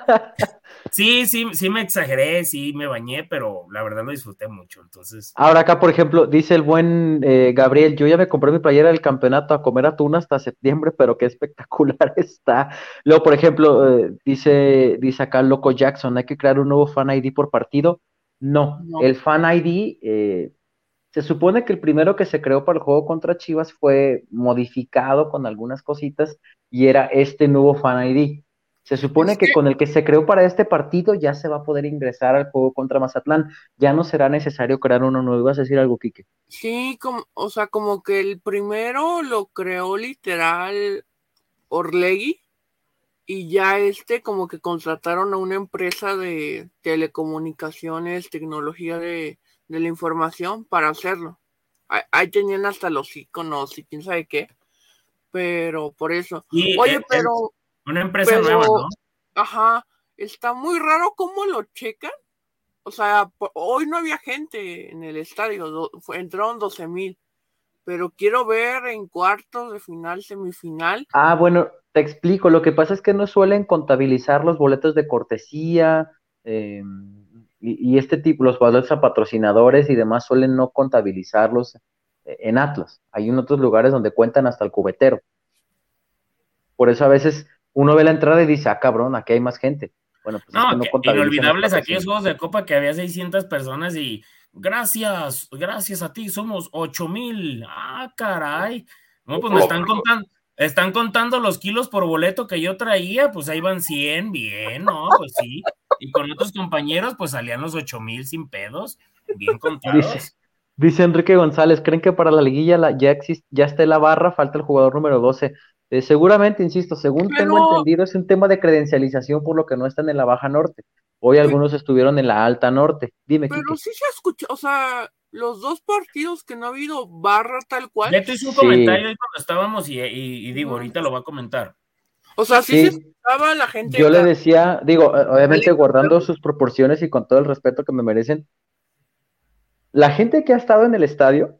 Sí, sí, sí me exageré, sí me bañé, pero la verdad lo disfruté mucho, entonces. Ahora acá, por ejemplo, dice el buen eh, Gabriel, yo ya me compré mi playera del campeonato a comer atún hasta septiembre, pero qué espectacular está. Luego, por ejemplo, eh, dice, dice acá Loco Jackson, hay que crear un nuevo Fan I D por partido. No, no. El Fan I D, eh, se supone que el primero que se creó para el juego contra Chivas fue modificado con algunas cositas y era este nuevo Fan I D. Se supone es que, que con el que se creó para este partido ya se va a poder ingresar al juego contra Mazatlán. Ya no será necesario crear uno nuevo. ¿Ibas a decir algo, Quique? Sí, como, o sea, como que el primero lo creó literal Orlegui y ya este como que contrataron a una empresa de telecomunicaciones, tecnología de, de la información para hacerlo. Ahí, ahí tenían hasta los iconos y quién sabe qué, pero por eso. Y Oye, el, pero... Una empresa pero, nueva, ¿no? Ajá, está muy raro cómo lo checan. O sea, por, hoy no había gente en el estadio, do, fue, entraron doce mil. Pero quiero ver en cuartos de final, semifinal. Ah, bueno, te explico. Lo que pasa es que no suelen contabilizar los boletos de cortesía eh, y, y este tipo, los boletos a patrocinadores y demás suelen no contabilizarlos en Atlas. Hay en otros lugares donde cuentan hasta el cubetero. Por eso a veces uno ve la entrada y dice, ah, cabrón, aquí hay más gente. Bueno, pues no, es que no que contabilizan. Inolvidables aquellos juegos de Copa que había seiscientas personas y gracias, gracias a ti, somos ocho mil. Ah, caray. No, pues me están contando, están contando los kilos por boleto que yo traía, pues ahí van cien, bien, ¿no? Pues sí. Y con otros compañeros, pues salían los ocho mil sin pedos, bien contados. Dice, dice Enrique González, ¿creen que para la liguilla la, ya existe, ya esté la barra? Falta el jugador número doce. Eh, seguramente, insisto, según pero... tengo entendido, es un tema de credencialización por lo que no están en la Baja Norte. Hoy pero... algunos estuvieron en la Alta Norte. Dime, Pero Quique. sí se escucha, o sea, los dos partidos que no ha habido barra tal cual. Beto hizo un sí. comentario ahí cuando estábamos y, y, y digo, uh-huh. ahorita lo va a comentar. O sea, sí, sí. se escuchaba la gente. Yo le decía, digo, obviamente guardando sus proporciones y con todo el respeto que me merecen, la gente que ha estado en el estadio,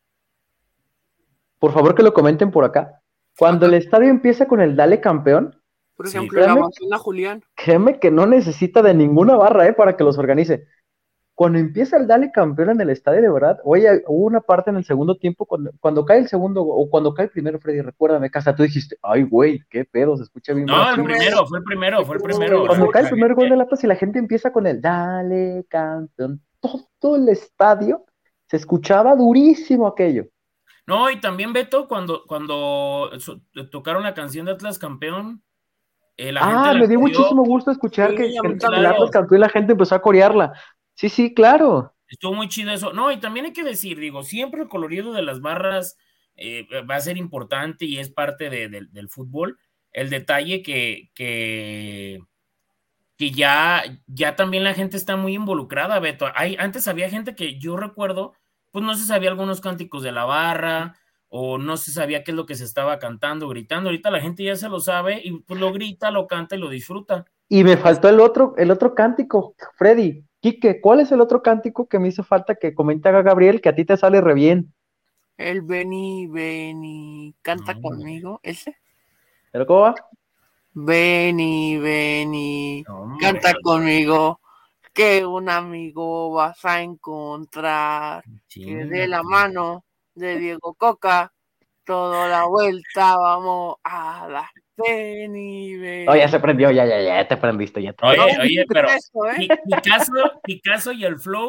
por favor que lo comenten por acá. Cuando el estadio empieza con el Dale Campeón, por ejemplo, sí, créeme, la Manzana Julián. Créeme que no necesita de ninguna barra eh, para que los organice. Cuando empieza el Dale Campeón en el estadio, de verdad, oye, hubo una parte en el segundo tiempo, cuando, cuando cae el segundo, o cuando cae el primero, Freddy, recuérdame, casa, tú dijiste, ay, güey, qué pedo, se escucha bien. No, el primero, fue el primero, fue el primero. Cuando la cae el primer gol de Atlas y la gente empieza con el Dale Campeón, todo el estadio se escuchaba durísimo aquello. No, y también, Beto, cuando, cuando tocaron la canción de Atlas Campeón, eh, la ah, gente me dio coreó. Muchísimo gusto escuchar sí, que, que claro. el Atlas campeón y la gente empezó a corearla. Sí, sí, claro. Estuvo muy chido eso. No, y también hay que decir, digo, siempre el colorido de las barras eh, va a ser importante y es parte de, de, del fútbol. El detalle que, que, que ya, ya también la gente está muy involucrada, Beto. Hay, antes había gente que yo recuerdo, pues no se sabía algunos cánticos de la barra, o no se sabía qué es lo que se estaba cantando, gritando. Ahorita la gente ya se lo sabe y pues lo grita, lo canta y lo disfruta. Y me faltó el otro, el otro cántico, Freddy. Quique, ¿cuál es el otro cántico que me hizo falta que comente a Gabriel, que a ti te sale re bien? El Beni, Beni, canta no, conmigo, ¿ese? ¿Pero cómo va? Beni, Beni, no, canta no. conmigo, que un amigo vas a encontrar, sí, que de la mano de Diego Coca, toda la vuelta vamos a dar. Beni, Beni. Oh, ya se prendió, ya, ya, ya te prendiste. Ya te oye, oye, pero eso, ¿eh? Picasso, Picasso y el Flow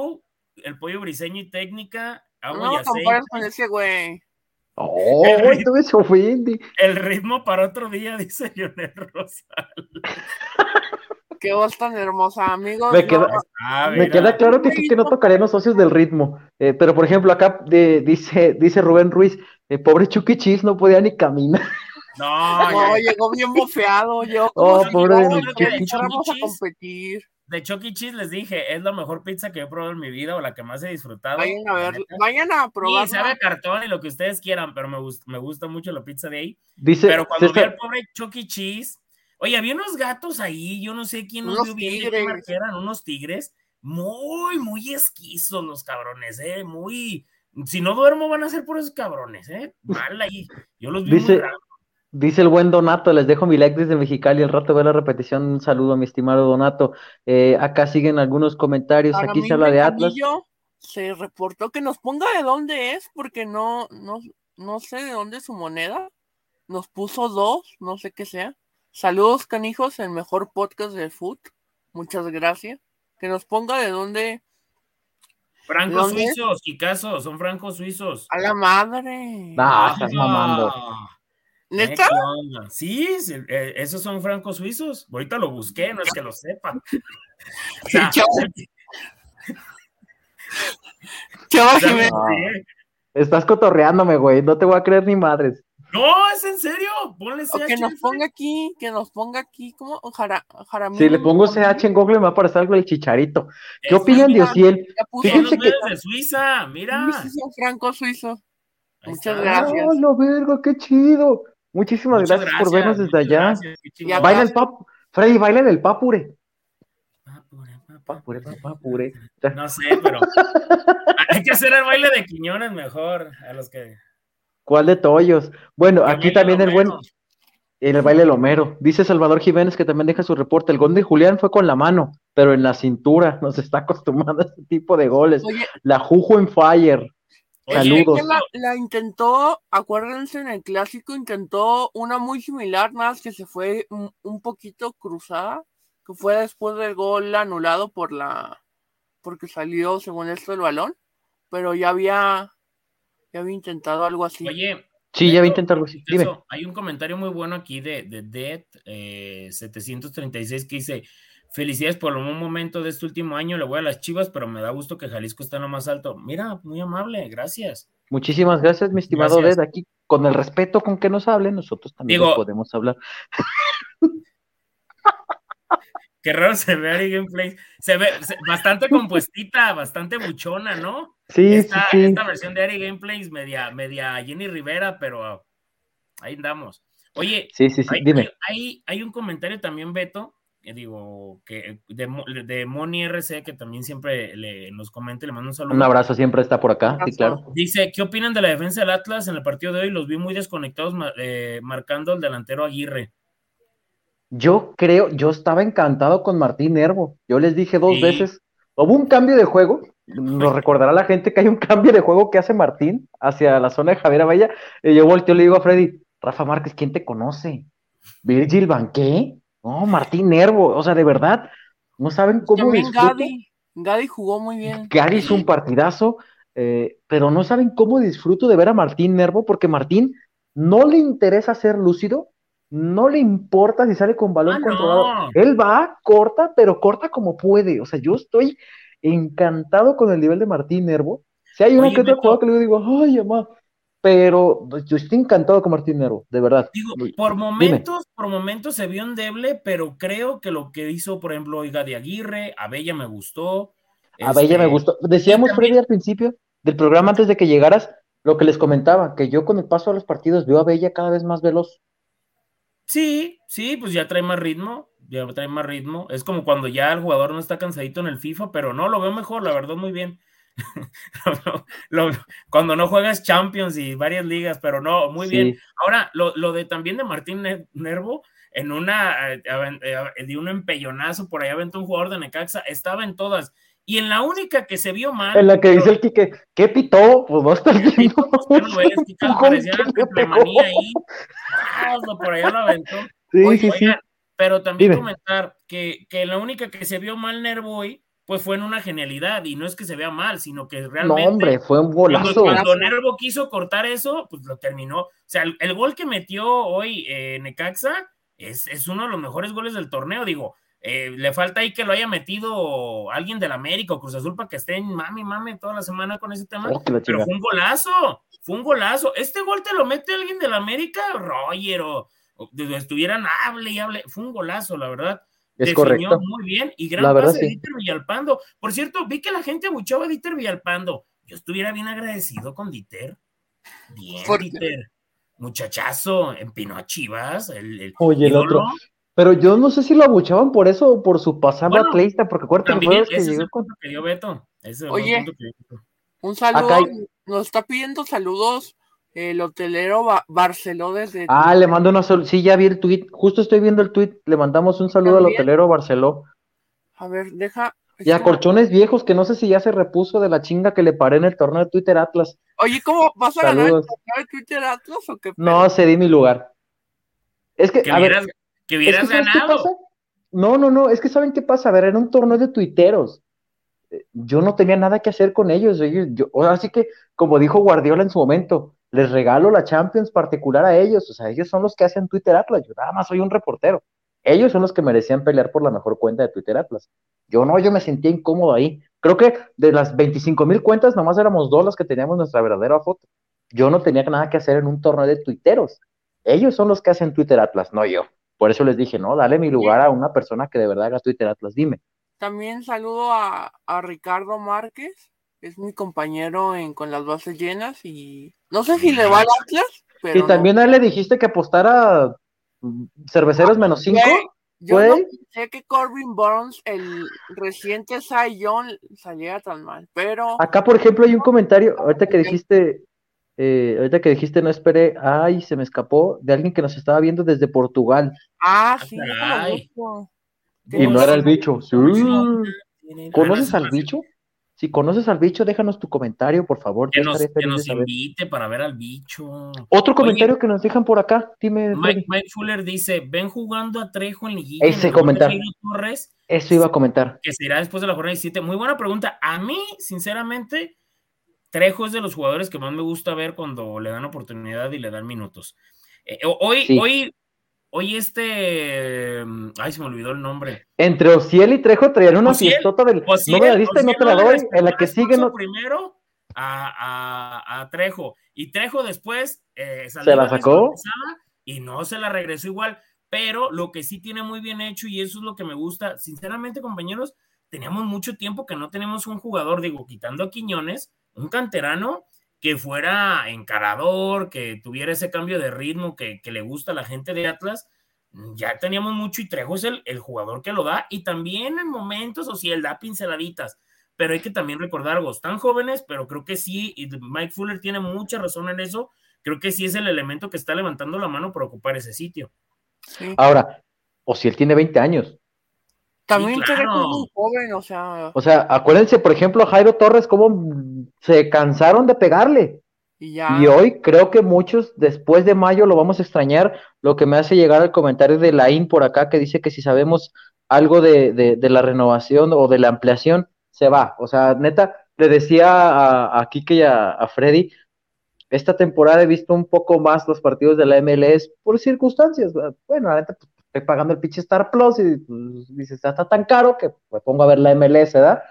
el pollo briseño y técnica, agua No y me compares aceite. con ese güey. ¡Oh! El ritmo- Entonces se ofende. El ritmo para otro día, dice Lionel Rosal. Qué voz tan hermosa, amigos. Me yo- queda, Ah, me mira. queda claro que sí que no tocaré los socios del ritmo. Eh, pero por ejemplo, acá de- dice, dice Rubén Ruiz, eh, pobre Chucky Cheese no podía ni caminar. No, No, ya- llegó bien bofeado. Llegó como Oh, si pobre no, de mi Yo creo que Chucky de Cheese. fuéramos a Cheese, competir. de Chuck E. Cheese les dije, es la mejor pizza que he probado en mi vida o la que más he disfrutado. Vayan a la ver, neta. vayan a Sí, probarla. sabe a cartón y lo que ustedes quieran, pero me gusta, me gusta mucho la pizza de ahí. Dice Pero cuando vi César, al pobre Chuck E. Cheese, oye, había unos gatos ahí, yo no sé quién nos Unos vio bien de qué tigres. marca eran, unos tigres, muy, muy esquizos los cabrones, eh, muy, si no duermo van a ser por esos cabrones, eh, mal ahí, yo los vi muy dice, raros. dice el buen Donato, les dejo mi like desde Mexicali, al rato ve la repetición, un saludo a mi estimado Donato. Eh, acá siguen algunos comentarios, Para aquí mí, se habla de Atlas. Ventanillo se reportó que nos ponga de dónde es, porque no, no, no sé de dónde es su moneda. Nos puso dos, no sé qué sea. Saludos, canijos, el mejor podcast del foot. Muchas gracias. Que nos ponga de dónde. Francos ¿Dónde es? suizos, Kikazo, son francos suizos. A la madre. Ah, estás mamando. ¿Eh? ¿Neta? ¿Qué onda? Sí, sí, eh, esos son francos suizos. Ahorita lo busqué, no es que lo sepa. O sea, Chava- Chava o sea, Jiménez. sí. Estás cotorreándome, güey, no te voy a creer ni madres. No, es en serio. Ponle O C H. que nos ponga aquí, que nos ponga aquí, como Jara, Jaramillo. Si le pongo C H en Google me va a aparecer algo del Chicharito. ¿Qué Es- opinan de mira, Ociel? ya puso Son los Fíjense que... medios de Suiza, mira. Sí, sí, franco suizo. Ahí Muchas está. gracias. ¡Oh, la verga, qué chido! Muchísimas Muchas gracias, por vernos gracias, desde muchas allá. gracias, qué chingón. Ya Baila acá. el pap... Freddy, baila el papure. Papure, papure. Papure, papure. No sé, pero hay que hacer el baile de Quiñones mejor a los que. ¿Cuál de tollos? Bueno, que aquí bailen también el buen... Homero. En el baile Lomero. Dice Salvador Jiménez que también deja su reporte. El gol de Julián fue con la mano, pero en la cintura. Nos está acostumbrando a este tipo de goles. Oye, La Juju en Fire. Oye, Saludos. ella la, la intentó, acuérdense, en el clásico intentó una muy similar, nada más que se fue un, un poquito cruzada, que fue después del gol anulado por la, porque salió según esto el balón, pero ya había, ya había intentado algo así. Oye, Sí, ya voy a Beto, intentarlo así. Dime. eso, hay un comentario muy bueno aquí de, de Dead eh, setecientos treinta y seis que dice: felicidades por un momento de este último año, le voy a las Chivas, pero me da gusto que Jalisco está en lo más alto. Mira, muy amable, gracias. Muchísimas gracias, mi estimado Gracias. Ded. Aquí, con el respeto con que nos hablen, nosotros también Digo- les podemos hablar. Qué raro se ve Ari Gameplays. Se ve se- bastante compuestita, bastante buchona, ¿no? Sí, Esta, sí, sí. esta versión de Ari Gameplays, media, media Jenny Rivera, pero ahí andamos. Oye, Sí, sí, sí. hay, Dime. hay, hay, hay un comentario también, Beto, que digo, que de, Mo- de Moni R C, que también siempre le, nos comenta, le mando un saludo. Un abrazo siempre está por acá, sí, Abrazo. claro. Dice: ¿qué opinan de la defensa del Atlas en el partido de hoy? Los vi muy desconectados, ma- eh, marcando al delantero Aguirre. Yo creo, yo estaba encantado con Martín Nervo. Yo les dije dos Sí. veces, hubo un cambio de juego. Nos recordará la gente que hay un cambio de juego que hace Martín hacia la zona de Javier Abella. Y yo volteo y le digo a Freddy, Rafa Márquez, ¿quién te conoce? ¿Virgil Banqué? No, Martín Nervo. O sea, de verdad, no saben cómo También disfruto. Gadi, Gadi jugó muy bien. Gary hizo un partidazo, eh, pero no saben cómo disfruto de ver a Martín Nervo, porque Martín no le interesa ser lúcido, no le importa si sale con balón Ah, controlado. no. Él va, corta, pero corta como puede. O sea, yo estoy encantado con el nivel de Martín Nervo. Si hay uno Oye, que otro Beto. jugador que le digo, ay, mamá, pero yo estoy encantado con Martín Nervo, de verdad. Digo, Dime. por momentos, por momentos se vio endeble, pero creo que lo que hizo, por ejemplo, Oiga de Aguirre, Abella me gustó. A Bella me este, gustó. Decíamos, y también- Freddy, al principio del programa, antes de que llegaras, lo que les comentaba, que yo con el paso de los partidos veo a Bella cada vez más veloz. Sí, sí, pues ya trae más ritmo, ya trae más ritmo. Es como cuando ya el jugador no está cansadito en el FIFA, pero no, lo veo mejor, la verdad, muy bien. Lo- lo- cuando no juegas Champions y varias ligas, pero no, muy Sí. bien. Ahora, lo, lo de también de Martín Ne- Nervo, en una, eh, aven- eh, de un empellonazo, por ahí aventó un jugador de Necaxa, estaba en todas. Y en la única que se vio mal, En la que pero- dice el Quique, ¿qué pitó? Pues no estás Sí, viendo. pues, ¿qué no ves? Que cada- Empujón parecía que le triplemanía pegó. ahí. Ah, por allá lo aventó. Sí, Oye, sí, sí. oigan, pero también Dime. comentar que, que la única que se vio mal Nervo hoy, pues fue en una genialidad, y no es que se vea mal, sino que realmente... No, hombre, fue un golazo. Cuando, cuando Nervo quiso cortar eso, pues lo terminó. O sea, el, el gol que metió hoy eh, Necaxa es, es uno de los mejores goles del torneo, digo, eh, le falta ahí que lo haya metido alguien del América o Cruz Azul para que estén mami, mami toda la semana con ese tema, Oh, pero fue un golazo, fue un golazo. Este gol te lo mete alguien del América, Roger, o, o estuvieran, hable y hable, fue un golazo, la verdad. Es Definió correcto. muy bien y gran La verdad, pase de sí. Dieter Villalpando. Por cierto, vi que la gente abuchaba a Dieter Villalpando. Yo estuviera bien agradecido con Dieter. Bien, Dieter. Muchachazo, empinó a Chivas. El, el Oye, el ídolo. otro. Pero yo no sé si lo abuchaban por eso o por su pasado Bueno, atleta, porque acuérdate que fue también, los que ese llegó es el con. punto que dio Beto. Ese es el Oye, punto que dio Beto. Un saludo, Acá hay- nos está pidiendo saludos el hotelero Ba- Barceló desde Ah, Twitter. le mando una sol. Sí, ya vi el tweet. Justo estoy viendo el tweet. Le mandamos un saludo al También. hotelero Barceló. A ver, deja. es Y a que- Colchones Viejos, que no sé si ya se repuso de la chinga que le paré en el torneo de Twitter Atlas. Oye, ¿cómo vas a ganar el Saludos. torneo de Twitter Atlas o qué? No, pedo? cedí mi lugar. Es que, Que a hubieras, ver, que es hubieras que ¿sabes qué ganado. pasa? No, no, no, es que ¿saben qué pasa? A ver, era un torneo de tuiteros. Eh, Yo no tenía nada que hacer con ellos. ellos yo, así que, como dijo Guardiola en su momento, les regalo la Champions particular a ellos. O sea, ellos son los que hacen Twitter Atlas. Yo nada más soy un reportero. Ellos son los que merecían pelear por la mejor cuenta de Twitter Atlas. Yo no, yo me sentía incómodo ahí. Creo que de las veinticinco mil cuentas, nomás éramos dos las que teníamos nuestra verdadera foto. Yo no tenía nada que hacer en un torneo de tuiteros. Ellos son los que hacen Twitter Atlas, no yo. Por eso les dije, no, dale mi lugar a una persona que de verdad haga Twitter Atlas, dime. También saludo a, a Ricardo Márquez, es mi compañero en Con las Bases Llenas y no sé si le va al Atlas, pero Y también no. a él le dijiste que apostara mm, cerveceros menos cinco. Güey, yo Güey. no pensé que Corbin Burns, el reciente Cy Young, saliera tan mal, pero Acá, por ejemplo, hay un comentario, ahorita que dijiste, eh, ahorita que dijiste no esperé, ay, se me escapó, de alguien que nos estaba viendo desde Portugal. ah, Ah, sí, caray. déjalo busco. Y no era el bicho. Sí. Ah, ¿Conoces no, al bicho? Si conoces al bicho, déjanos tu comentario, por favor. Que Yo nos, estaré que feliz de nos saber. invite para ver al bicho. Otro Oye, comentario que nos dejan por acá, dime, Mike, Freddy. Mike Fuller dice, ven jugando a Trejo en liguilla. Ese en lugar de comentario. Jairo Torres, Eso iba a comentar. que será después de la jornada diecisiete. Muy buena pregunta. A mí, sinceramente, Trejo es de los jugadores que más me gusta ver cuando le dan oportunidad y le dan minutos. Eh, hoy, Sí. hoy, hoy este, ay, se me olvidó el nombre. Entre Ociel y Trejo traían una Ociel, fiestota del. Ociel, no me la diste, no Ociel te la le doy. respetó En la el que sigue esfuerzo no. primero a, a, a Trejo. Y Trejo después eh, ¿Se la sacó? Y no se la regresó igual. Pero lo que sí tiene muy bien hecho, y eso es lo que me gusta, sinceramente, compañeros, teníamos mucho tiempo que no tenemos un jugador, digo, quitando a Quiñones, un canterano que fuera encarador, que tuviera ese cambio de ritmo que, que le gusta a la gente de Atlas. Ya teníamos mucho y Trejo es el, el jugador que lo da, y también en momentos, o si él da pinceladitas, pero hay que también recordar algo, están jóvenes, pero creo que sí, y Mike Fuller tiene mucha razón en eso, creo que sí es el elemento que está levantando la mano para ocupar ese sitio. Sí. Ahora, Ociel tiene veinte años. También Sí, claro. Trejo es muy joven, o sea, O sea, acuérdense, por ejemplo, a Jairo Torres, cómo se cansaron de pegarle. y ya. Y hoy creo que muchos, después de mayo, lo vamos a extrañar. Lo que me hace llegar al comentario de Laín por acá, que dice que si sabemos algo de, de, de la renovación o de la ampliación, se va. O sea, neta, le decía a, a Kike y a, a Freddy, esta temporada he visto un poco más los partidos de la M L S por circunstancias. Bueno, la neta, pues, estoy pagando el pinche Star Plus y pues, dices, está tan caro que me pongo a ver la M L S, ¿verdad?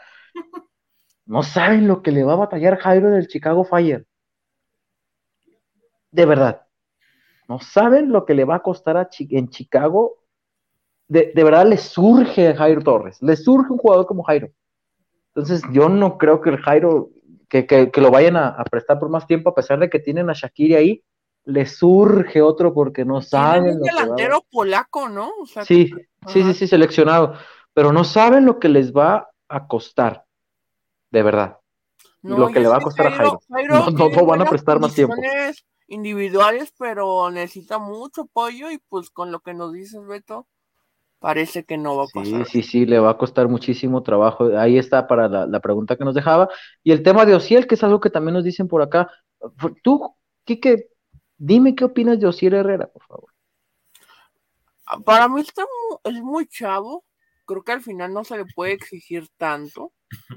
No saben lo que le va a batallar Jairo del Chicago Fire. De verdad. No saben lo que le va a costar a Chi- en Chicago. De, de verdad le surge a Jairo Torres. Le surge un jugador como Jairo. Entonces yo no creo que el Jairo, que, que, que lo vayan a, a prestar por más tiempo, a pesar de que tienen a Shaqiri ahí, le surge otro porque no Tienen saben un lo que va a... delantero polaco, ¿no? O sea, Sí, que- sí, sí, Ajá. sí, seleccionado. Pero no saben lo que les va a costar. De verdad. Y No, lo que y le es va a que costar a Jairo, Jairo. Jairo No, no, tiene no van a buenas prestar más tiempo. condiciones individuales, pero necesita mucho apoyo y pues con lo que nos dices, Beto, parece que no va a Sí, pasar. sí, sí, le va a costar muchísimo trabajo. Ahí está para la, la pregunta que nos dejaba. Y el tema de Ociel, que es algo que también nos dicen por acá. Tú, Quique, dime qué opinas de Ociel Herrera, por favor. Para mí está mu- es muy chavo, creo que al final no se le puede exigir tanto.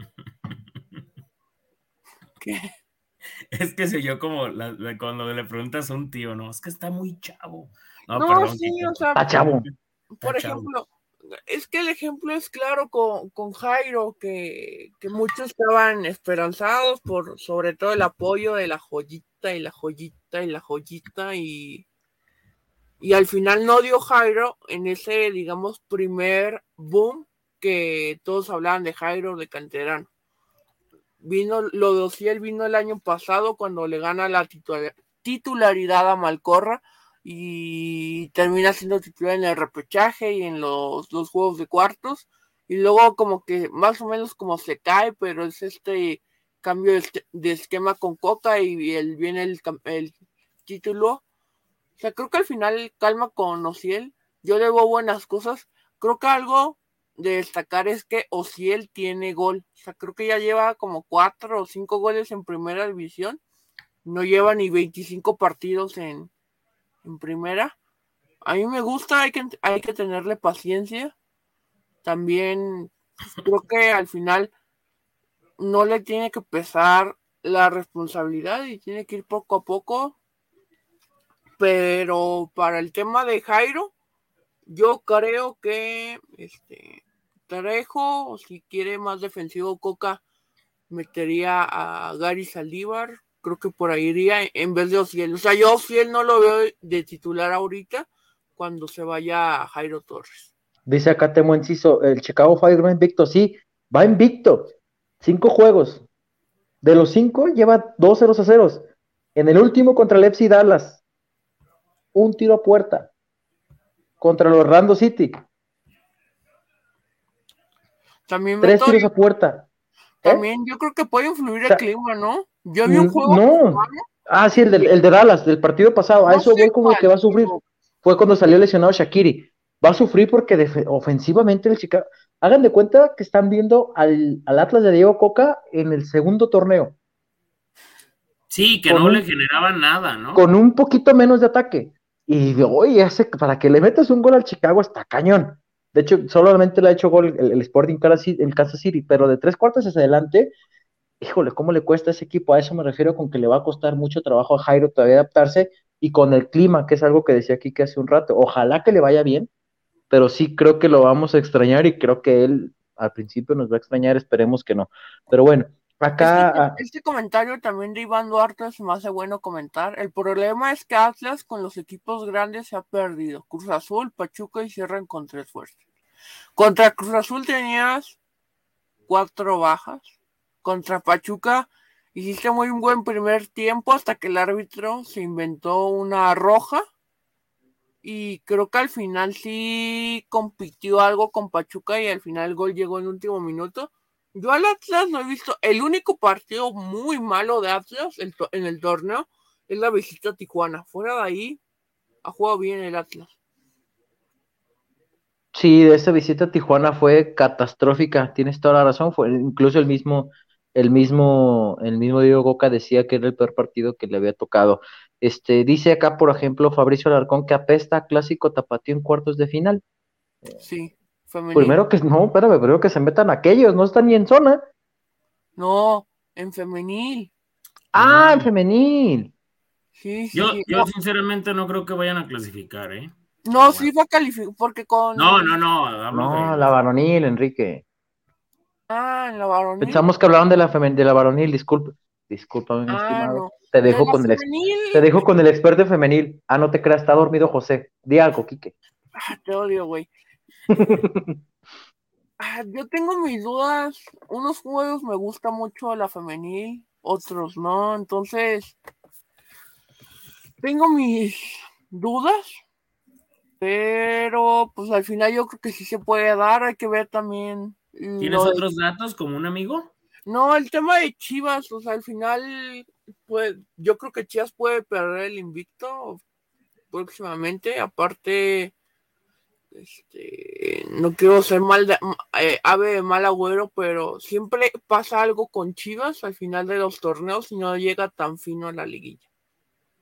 ¿Qué? Es que se yo como la, la, cuando le preguntas a un tío, no, es que está muy chavo. No, No, perdón, sí, Kike. o sea, Está chavo. por Está chavo. ejemplo, es que el ejemplo es claro con, con Jairo, que, que muchos estaban esperanzados por sobre todo el apoyo de la joyita y la joyita y la joyita y, y al final no dio Jairo en ese, digamos, primer boom que todos hablaban de Jairo de canterano. Vino, lo de Ociel vino el año pasado cuando le gana la titular, titularidad a Malcorra y termina siendo titular en el repechaje y en los, los juegos de cuartos y luego como que más o menos como se cae, pero es este cambio de, de esquema con Coca y el, viene el, el título. O sea, creo que al final calma con Ociel, yo le veo buenas cosas, creo que algo de destacar es que Ociel tiene gol, o sea, creo que ya lleva como cuatro o cinco goles en primera división, no lleva ni veinticinco partidos en, en primera. A mí me gusta, hay que, hay que tenerle paciencia. También creo que al final no le tiene que pesar la responsabilidad y tiene que ir poco a poco. Pero para el tema de Jairo, yo creo que este Trejo, o si quiere más defensivo, Coca metería a Gary Saldívar. Creo que por ahí iría en vez de Ociel. O sea, yo Ociel no lo veo de titular ahorita cuando se vaya a Jairo Torres. Dice acá Temo Enciso, el Chicago Fire va invicto. Sí, va invicto. Cinco juegos. De los cinco lleva dos ceros a ceros. En el último contra el F C Dallas, un tiro a puerta. Contra los Orlando City, También tres Beto, tiros a puerta. ¿Eh? también yo creo que puede influir O sea, el clima, ¿no? Yo vi un juego. No. Ah, sí, el de, el de Dallas, del partido pasado. A No eso sé voy como cuál, que va a sufrir. pero- Fue cuando salió lesionado Shaqiri. Va a sufrir porque def- ofensivamente el Chicago. Hagan de cuenta que están viendo al, al Atlas de Diego Coca en el segundo torneo. Sí, que Con no un- le generaba nada, ¿no? Con un poquito menos de ataque. Y de, oye, hace, para que le metas un gol al Chicago está cañón. De hecho, solamente le ha hecho gol el, el Sporting Kansas- el Kansas City, pero de tres cuartos hacia adelante, híjole, ¿cómo le cuesta a ese equipo? A eso me refiero con que le va a costar mucho trabajo a Jairo todavía adaptarse y con el clima, que es algo que decía aquí que hace un rato. Ojalá que le vaya bien, pero sí creo que lo vamos a extrañar y creo que él al principio nos va a extrañar, esperemos que no. Pero bueno, Este, acá... ah, este comentario también de Iván Duarte se me hace bueno comentar. El problema es que Atlas con los equipos grandes se ha perdido. Cruz Azul, Pachuca y cierran con tres fuerzas. Contra Cruz Azul tenías cuatro bajas. Contra Pachuca hiciste muy buen primer tiempo hasta que el árbitro se inventó una roja. Y creo que al final sí compitió algo con Pachuca y al final el gol llegó en el último minuto. Yo al Atlas no he visto, el único partido muy malo de Atlas el to- en el torneo es la visita a Tijuana. Fuera de ahí, ha jugado bien el Atlas. Sí, esa visita a Tijuana fue catastrófica, tienes toda la razón, fue incluso el mismo, el mismo, el mismo Diego Coca decía que era el peor partido que le había tocado. Este, dice acá, por ejemplo, Fabricio Alarcón que apesta a clásico tapatío en cuartos de final. Sí, femenil. Primero que no, espérame, primero que se metan aquellos, no están ni en zona. No, en femenil. Ah, en No. femenil. Sí, sí, Yo, sí. yo No, sinceramente no creo que vayan a clasificar, ¿eh? no, Pero sí bueno. va a calificar porque con... No, no, no, hablo No, de... la varonil, Enrique. Ah, en la varonil. Pensamos que hablaban de la femen, de la varonil, disculpe. Discúlpame, mi Ah, estimado. no. Te De dejo la con el ex- te femenil. dejo con el experto en femenil. Ah, no te creas, está dormido José. Di algo, Quique. Ah, te odio, güey. Ah, yo tengo mis dudas. Unos juegos me gusta mucho la femenil, otros no. Entonces, tengo mis dudas, pero pues al final yo creo que sí se puede dar. Hay que ver también ¿Tienes lo de... otros datos como un amigo? No, el tema de Chivas, o sea, al final, pues yo creo que Chivas puede perder el invicto próximamente. Aparte, Este, no quiero ser mal de, eh, ave de mal agüero, pero siempre pasa algo con Chivas al final de los torneos y no llega tan fino a la liguilla.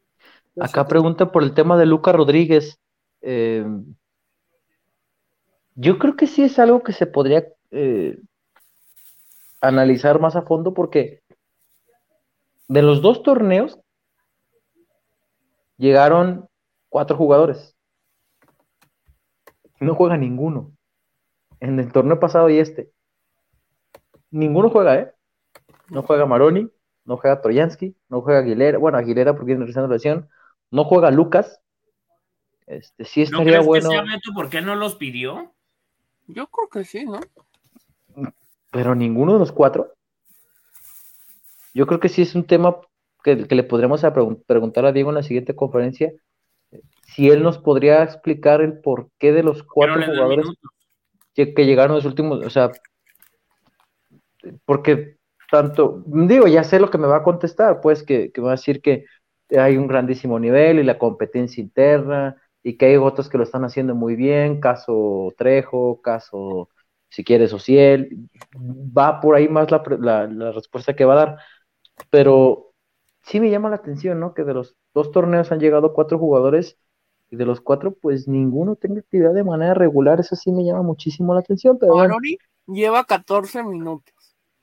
Acá pregunta por el tema de Luca Rodríguez. Eh, Yo creo que sí es algo que se podría eh, analizar más a fondo porque de los dos torneos llegaron cuatro jugadores. No juega ninguno. En el torneo pasado y este. Ninguno juega, ¿eh? No juega Maroni, no juega Troyansky, no juega Aguilera. Bueno, Aguilera porque viene regresando de lesión. No juega Lucas. Este, sí ¿No estaría crees que sea bueno. Beto porque él no los pidió? Yo creo que sí, ¿no? Pero ninguno de los cuatro. Yo creo que sí es un tema que, que le podremos a pregun- preguntar a Diego en la siguiente conferencia. Si él nos podría explicar el porqué de los Que no cuatro le dan jugadores minutos. que, que llegaron los últimos. O sea, porque tanto, digo, ya sé lo que me va a contestar, pues que, que va a decir que hay un grandísimo nivel y la competencia interna y que hay otros que lo están haciendo muy bien, caso Trejo, caso, si quieres, Ociel, va por ahí más la, la, la respuesta que va a dar, pero sí me llama la atención, ¿no? Que de los dos torneos han llegado cuatro jugadores y de los cuatro, pues ninguno tenga actividad de manera regular, eso sí me llama muchísimo la atención, pero bueno. Maroni lleva catorce minutos.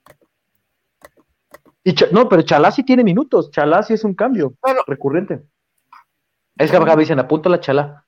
Y Ch- no, pero Chalá sí tiene minutos. Chalá sí es un cambio Pero, recurrente. Es que acá dicen, apunta la Chalá.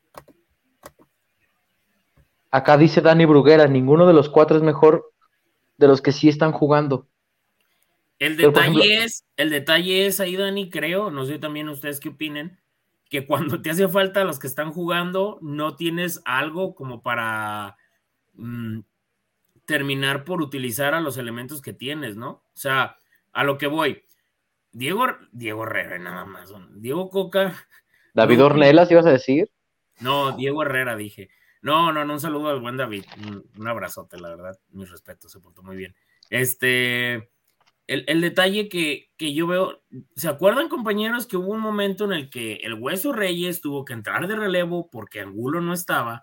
Acá dice Dani Bruguera, ninguno de los cuatro es mejor de los que sí están jugando. El Pero, por ejemplo, detalle es, el detalle es ahí, Dani, creo, no sé también ustedes qué opinen, que cuando te hace falta los que están jugando, no tienes algo como para mm, terminar por utilizar a los elementos que tienes, ¿no? O sea, a lo que voy. Diego, Diego Herrera, nada más. Diego Coca, David no, Ornelas, ibas a decir. no, Diego Herrera, dije. No, no, no, un saludo al buen David. Un, un abrazote, la verdad. Mis respetos, se portó muy bien. Este. El, el, detalle que, que, yo veo, ¿se acuerdan, compañeros, que hubo un momento en el que el Hueso Reyes tuvo que entrar de relevo porque Angulo no estaba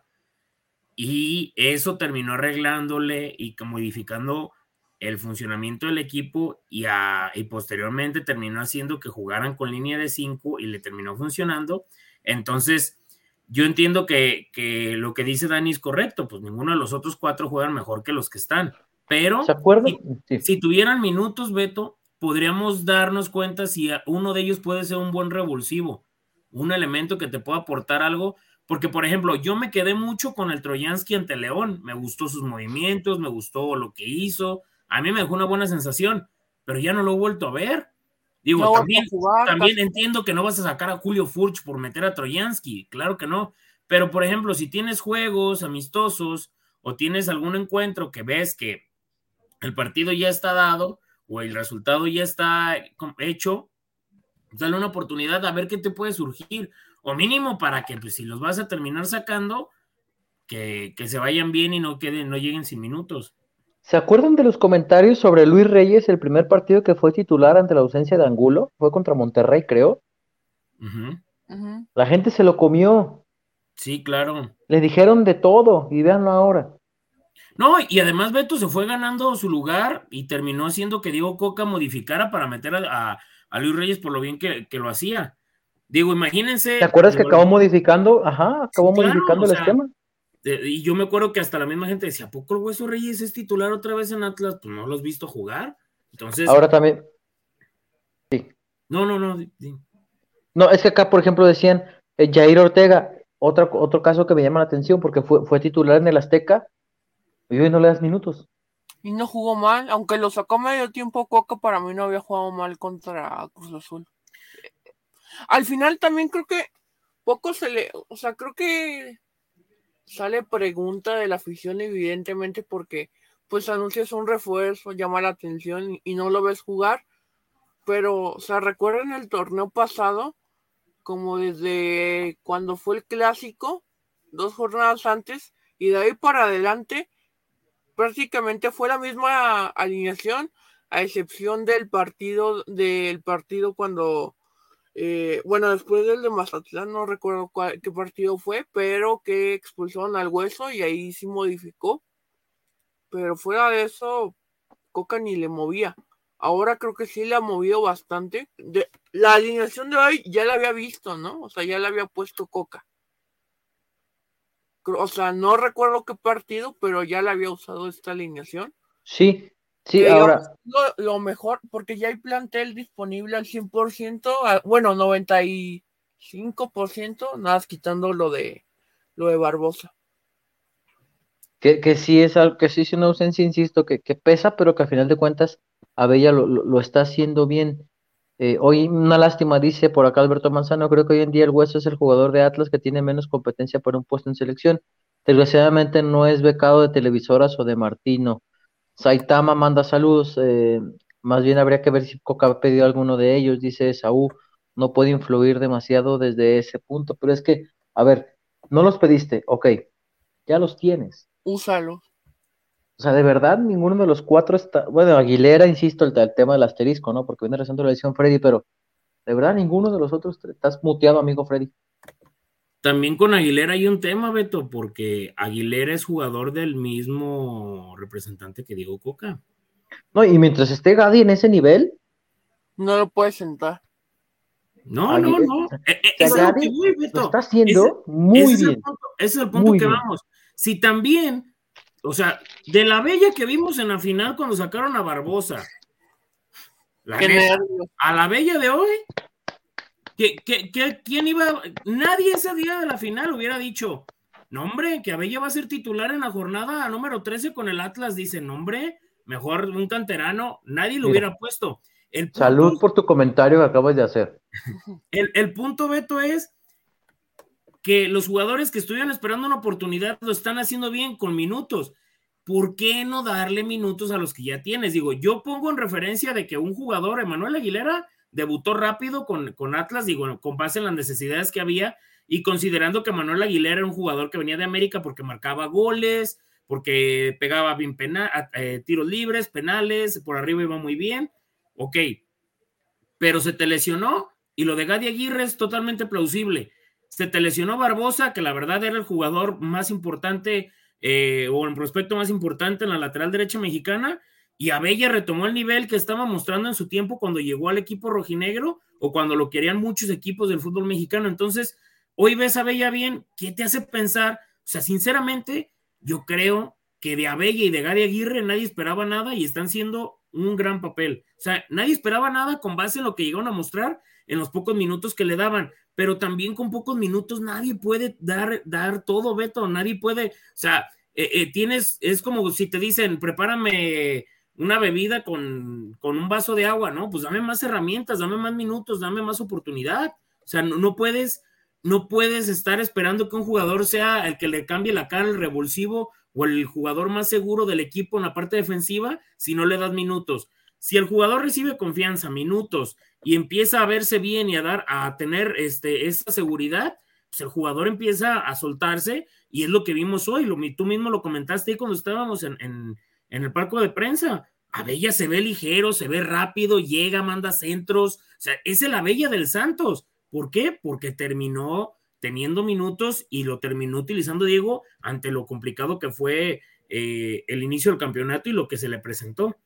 y eso terminó arreglándole y modificando el funcionamiento del equipo y, a, y posteriormente terminó haciendo que jugaran con línea de cinco y le terminó funcionando? Entonces, yo entiendo que, que lo que dice Dani es correcto, pues ninguno de los otros cuatro juegan mejor que los que están, ¿Se pero acuerdan? si, Sí. si tuvieran minutos, Beto, podríamos darnos cuenta si uno de ellos puede ser un buen revulsivo, un elemento que te pueda aportar algo, porque por ejemplo, yo me quedé mucho con el Troyansky ante León, me gustó sus movimientos, me gustó lo que hizo, a mí me dejó una buena sensación, pero ya no lo he vuelto a ver. Digo, no también, a jugar, también entiendo que no vas a sacar a Julio Furch por meter a Troyansky, claro que no, pero por ejemplo, si tienes juegos amistosos o tienes algún encuentro que ves que el partido ya está dado o el resultado ya está hecho, dale una oportunidad a ver qué te puede surgir, o mínimo para que pues, si los vas a terminar sacando, que, que se vayan bien y no queden, no lleguen sin minutos. ¿Se acuerdan de los comentarios sobre Luis Reyes, el primer partido que fue titular ante la ausencia de Angulo? Fue contra Monterrey, creo. Uh-huh. Uh-huh. La gente se lo comió. Sí, claro. Le dijeron de todo y véanlo ahora. No, y además Beto se fue ganando su lugar y terminó haciendo que Diego Coca modificara para meter a, a, a Luis Reyes por lo bien que, que lo hacía. Digo, imagínense. ¿Te acuerdas que Digo, acabó modificando? Ajá, acabó sí, claro, modificando o el sea, esquema. de, y yo me acuerdo que hasta la misma gente decía, ¿a poco el Hueso Reyes es titular otra vez en Atlas? Pues no lo has visto jugar. Entonces. Ahora también. Sí. No, no, no. Sí. No, es que acá, por ejemplo, decían eh, Jair Ortega, otro, otro caso que me llama la atención porque fue, fue titular en el Azteca y hoy no le das minutos. Y no jugó mal, aunque lo sacó medio tiempo Coca, para mí no había jugado mal contra Cruz Azul. Al final también creo que poco se le, o sea, creo que sale pregunta de la afición evidentemente porque pues anuncias un refuerzo, llama la atención y, y no lo ves jugar, pero, o sea, recuerden el torneo pasado, como desde cuando fue el clásico, dos jornadas antes, y de ahí para adelante, prácticamente fue la misma alineación, a excepción del partido, del partido cuando, eh, bueno, después del de Mazatlán, no recuerdo cuál, qué partido fue, pero que expulsaron al Hueso y ahí sí modificó. Pero fuera de eso, Coca ni le movía. Ahora creo que sí le ha movido bastante. De, la alineación de hoy ya la había visto, ¿no? O sea, ya la había puesto Coca. o sea, no recuerdo qué partido, pero ya le había usado esta alineación. Sí, sí, Que ahora. Lo, lo mejor, porque ya hay plantel disponible al cien por ciento, a, bueno, noventa y cinco por ciento, nada más quitando lo de lo de Barbosa. Que, que sí es algo, que sí es una ausencia, insisto, que, que pesa, pero que al final de cuentas Abella lo, lo, lo está haciendo bien. Eh, hoy una lástima, dice por acá Alberto Manzano, creo que hoy en día el Hueso es el jugador de Atlas que tiene menos competencia para un puesto en selección. Desgraciadamente no es becado de televisoras o de Martino. Saitama manda saludos, eh, más bien habría que ver si Coca ha pedido alguno de ellos, dice Saúl, no puede influir demasiado desde ese punto, pero es que, a ver, no los pediste, ok, ya los tienes. Úsalo. O sea, de verdad, ninguno de los cuatro está. Bueno, Aguilera, insisto, el, el tema del asterisco, ¿no? Porque viene rezando la lesión Freddy, pero de verdad, ninguno de los otros. Estás muteado, amigo Freddy. También con Aguilera hay un tema, Beto, porque Aguilera es jugador del mismo representante que Diego Coca. No, y mientras esté Gadi en ese nivel. No lo puedes sentar. No, Aguilera, no, no. Eh, eh, o sea, Gadi voy, Beto. Lo está haciendo ese, muy ese bien. Es punto, ese es el punto muy que bien. vamos. Si también. O sea, de la Bella que vimos en la final cuando sacaron a Barbosa, la neta, a la Bella de hoy, que, que, que, ¿quién iba? Nadie ese día de la final hubiera dicho, no hombre, que Abella va a ser titular en la jornada número trece con el Atlas, dice, no hombre, mejor un canterano, nadie lo Mira, hubiera puesto. El punto, salud por tu comentario que acabas de hacer. El, el punto, Beto, es que los jugadores que estuvieran esperando una oportunidad lo están haciendo bien con minutos. ¿Por qué no darle minutos a los que ya tienes? Digo, yo pongo en referencia de que un jugador, Emanuel Aguilera, debutó rápido con, con Atlas, digo, con base en las necesidades que había y considerando que Emanuel Aguilera era un jugador que venía de América porque marcaba goles, porque pegaba bien penal, eh, tiros libres, penales, por arriba iba muy bien, ok, pero se te lesionó y lo de Gadi Aguirre es totalmente plausible. Se te lesionó Barbosa, que la verdad era el jugador más importante eh, o el prospecto más importante en la lateral derecha mexicana, y Abella retomó el nivel que estaba mostrando en su tiempo cuando llegó al equipo rojinegro o cuando lo querían muchos equipos del fútbol mexicano. Entonces, hoy ves a Abella bien, ¿qué te hace pensar? O sea, sinceramente, yo creo que de Abella y de Gadi Aguirre nadie esperaba nada y están siendo un gran papel. O sea, nadie esperaba nada con base en lo que llegaron a mostrar en los pocos minutos que le daban, pero también con pocos minutos nadie puede dar, dar todo, Beto, nadie puede, o sea, eh, eh, tienes, es como si te dicen, prepárame una bebida con, con un vaso de agua, ¿no? Pues dame más herramientas, dame más minutos, dame más oportunidad, o sea, no, no puedes, no puedes estar esperando que un jugador sea el que le cambie la cara, el revulsivo o el jugador más seguro del equipo en la parte defensiva si no le das minutos. Si el jugador recibe confianza, minutos, y empieza a verse bien y a dar, a tener este, esa seguridad, pues el jugador empieza a soltarse, y es lo que vimos hoy, lo, tú mismo lo comentaste ahí cuando estábamos en, en, en el palco de prensa. Abella se ve ligero, se ve rápido, llega, manda centros, o sea, es el Abella del Santos. ¿Por qué? Porque terminó teniendo minutos y lo terminó utilizando Diego ante lo complicado que fue eh, el inicio del campeonato y lo que se le presentó.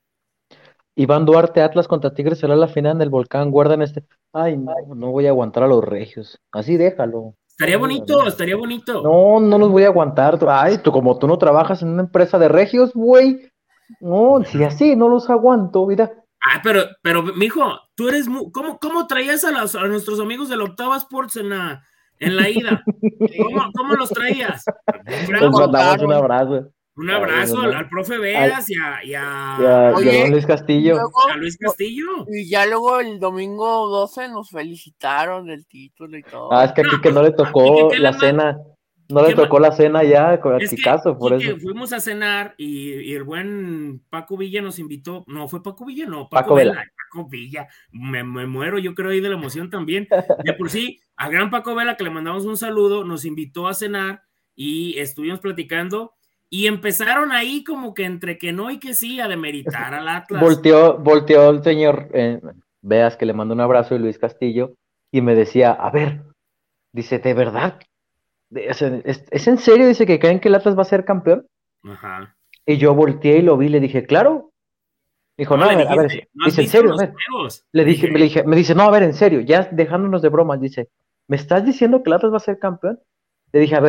Iván Duarte, Atlas contra Tigres será la final en el Volcán, guardan este. Ay, no, no voy a aguantar a los regios. Así déjalo. Estaría bonito, estaría bonito. No, no los voy a aguantar. Ay, tú como tú no trabajas en una empresa de regios, güey. No, si así no los aguanto, mira. Ah, pero, pero, mijo, tú eres muy, ¿cómo, cómo traías a, los, a nuestros amigos de la Octava Sports en la, en la ida? ¿Cómo, cómo los traías? Les mandamos un abrazo. Un abrazo al, al profe Veas y a, y a, y a, Oye, y a Luis Castillo. Luego, a Luis Castillo. Y ya luego el domingo doce nos felicitaron del título y todo. Ah, es que aquí no, que no le tocó que, que la cena. No le tocó la cena ya con el Picasso, por eso. Fuimos a cenar y, y el buen Paco Villa nos invitó. No, fue Paco Villa, no, Paco, Paco Vela. Vela. Paco Villa, me, me muero, yo creo ahí de la emoción también. De por sí, al gran Paco Vela, que le mandamos un saludo, nos invitó a cenar y estuvimos platicando. Y empezaron ahí como que entre que no y que sí a demeritar al Atlas. Volteó, volteó el señor, eh, Veas que le mando un abrazo, y Luis Castillo, y me decía, a ver, dice, ¿de verdad? ¿Es, es, ¿es en serio? Dice que creen que el Atlas va a ser campeón. Ajá. Y yo volteé y lo vi, le dije, claro. Dijo, no, no a ver, dijiste, a ver, ¿no dice, en serio, a ver. Le dije, dije. Me dije, me dice, no, a ver, en serio, ya dejándonos de bromas, dice, ¿me estás diciendo que el Atlas va a ser campeón? Le dije, a ver,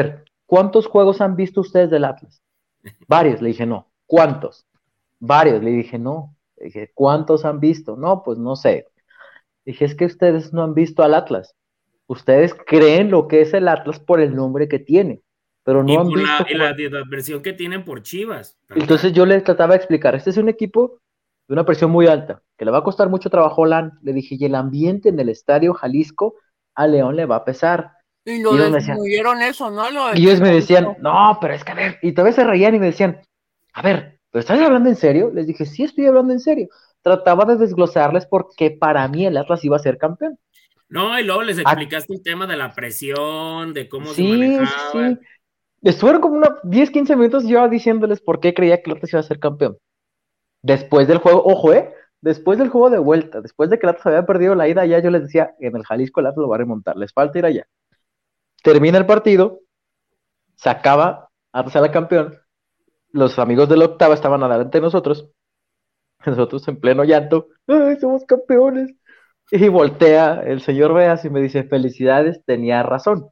¿cuántos juegos han visto ustedes del Atlas? Varios, le dije, no. ¿Cuántos? Varios, le dije, no. Le dije, ¿cuántos han visto? No, pues no sé. Dije, es que ustedes no han visto al Atlas. Ustedes creen lo que es el Atlas por el nombre que tiene, pero no y han por visto. la, la, la versión que tienen por Chivas. ¿Verdad? Entonces yo les trataba de explicar, este es un equipo de una presión muy alta, que le va a costar mucho trabajo a Lan. Le dije, y el ambiente en el estadio Jalisco a León le va a pesar. Y lo disminuyeron eso, ¿no? Lo y ellos me decían, no, pero es que a ver, y todavía se reían y me decían, a ver, ¿pero estás hablando en serio? Les dije, sí, estoy hablando en serio. Trataba de desglosarles porque para mí el Atlas iba a ser campeón. No, y luego les explicaste ah, el tema de la presión, de cómo sí, se manejaba. Sí, estuvieron como unos diez, quince minutos yo diciéndoles por qué creía que el Atlas iba a ser campeón. Después del juego, ojo, eh, después del juego de vuelta, después de que el Atlas había perdido la ida, ya yo les decía, en el Jalisco el Atlas lo va a remontar, les falta ir allá. Termina el partido, se acaba, Atlas era campeón, los amigos de la octava estaban adelante de nosotros, nosotros en pleno llanto, ¡ay, somos campeones! Y voltea el señor Beas y me dice, felicidades, tenía razón.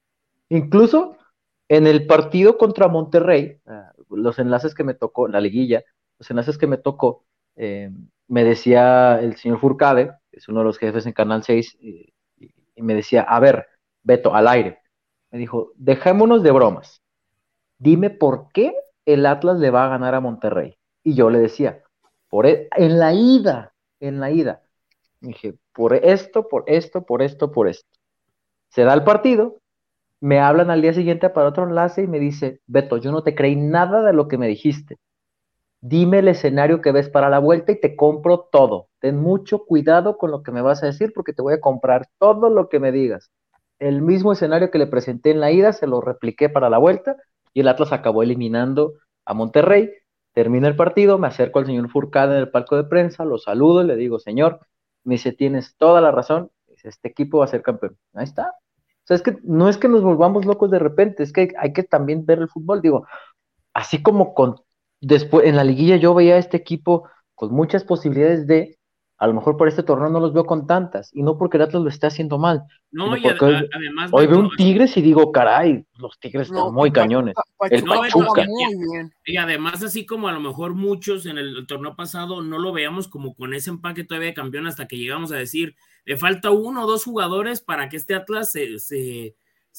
Incluso en el partido contra Monterrey, los enlaces que me tocó, la liguilla, los enlaces que me tocó, eh, me decía el señor Furcade, que es uno de los jefes en Canal seis, y, y me decía, a ver, Beto, al aire, me dijo, dejémonos de bromas, dime por qué el Atlas le va a ganar a Monterrey. Y yo le decía, por e en la ida, en la ida, me dije, por esto, por esto, por esto, por esto. Se da el partido, me hablan al día siguiente para otro enlace y me dice, Beto, yo no te creí nada de lo que me dijiste. Dime el escenario que ves para la vuelta y te compro todo. Ten mucho cuidado con lo que me vas a decir porque te voy a comprar todo lo que me digas. El mismo escenario que le presenté en la ida se lo repliqué para la vuelta y el Atlas acabó eliminando a Monterrey. Termina el partido, me acerco al señor Furcade en el palco de prensa, lo saludo y le digo, señor, me dice, tienes toda la razón, este equipo va a ser campeón. Ahí está. O sea, es que no es que nos volvamos locos de repente, es que hay, hay que también ver el fútbol. Digo, así como con después en la liguilla yo veía a este equipo con muchas posibilidades de, a lo mejor por este torneo no los veo con tantas, y no porque el Atlas lo esté haciendo mal, no, y porque ad hoy, además hoy veo un Tigres y digo, caray, los Tigres no, están muy cañones. Pachuca, el no, Pachuca. Muy bien. Y además, así como a lo mejor muchos en el, el torneo pasado no lo veíamos como con ese empaque todavía de campeón hasta que llegamos a decir, le falta uno o dos jugadores para que este Atlas se, se,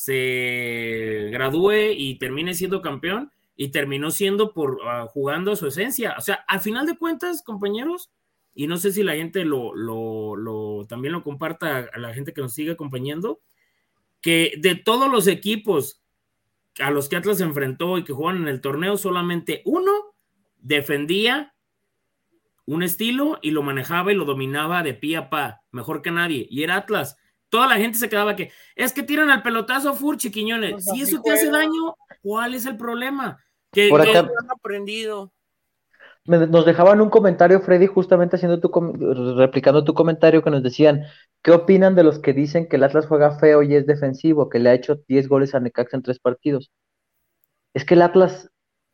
se gradúe y termine siendo campeón, y terminó siendo por uh, jugando a su esencia. O sea, al final de cuentas, compañeros, y no sé si la gente lo, lo, lo también lo comparta a la gente que nos sigue acompañando, que de todos los equipos a los que Atlas se enfrentó y que juegan en el torneo, solamente uno defendía un estilo y lo manejaba y lo dominaba de pie a pa, mejor que nadie, y era Atlas. Toda la gente se quedaba que, es que tiran al pelotazo a Furchi, Quiñones. Pues si eso te juega. Hace daño, ¿cuál es el problema? Que, Por que acá, han aprendido. Nos dejaban un comentario, Freddy, justamente haciendo tu replicando tu comentario, que nos decían, ¿qué opinan de los que dicen que el Atlas juega feo y es defensivo, que le ha hecho diez goles a Necaxa en tres partidos? Es que el Atlas,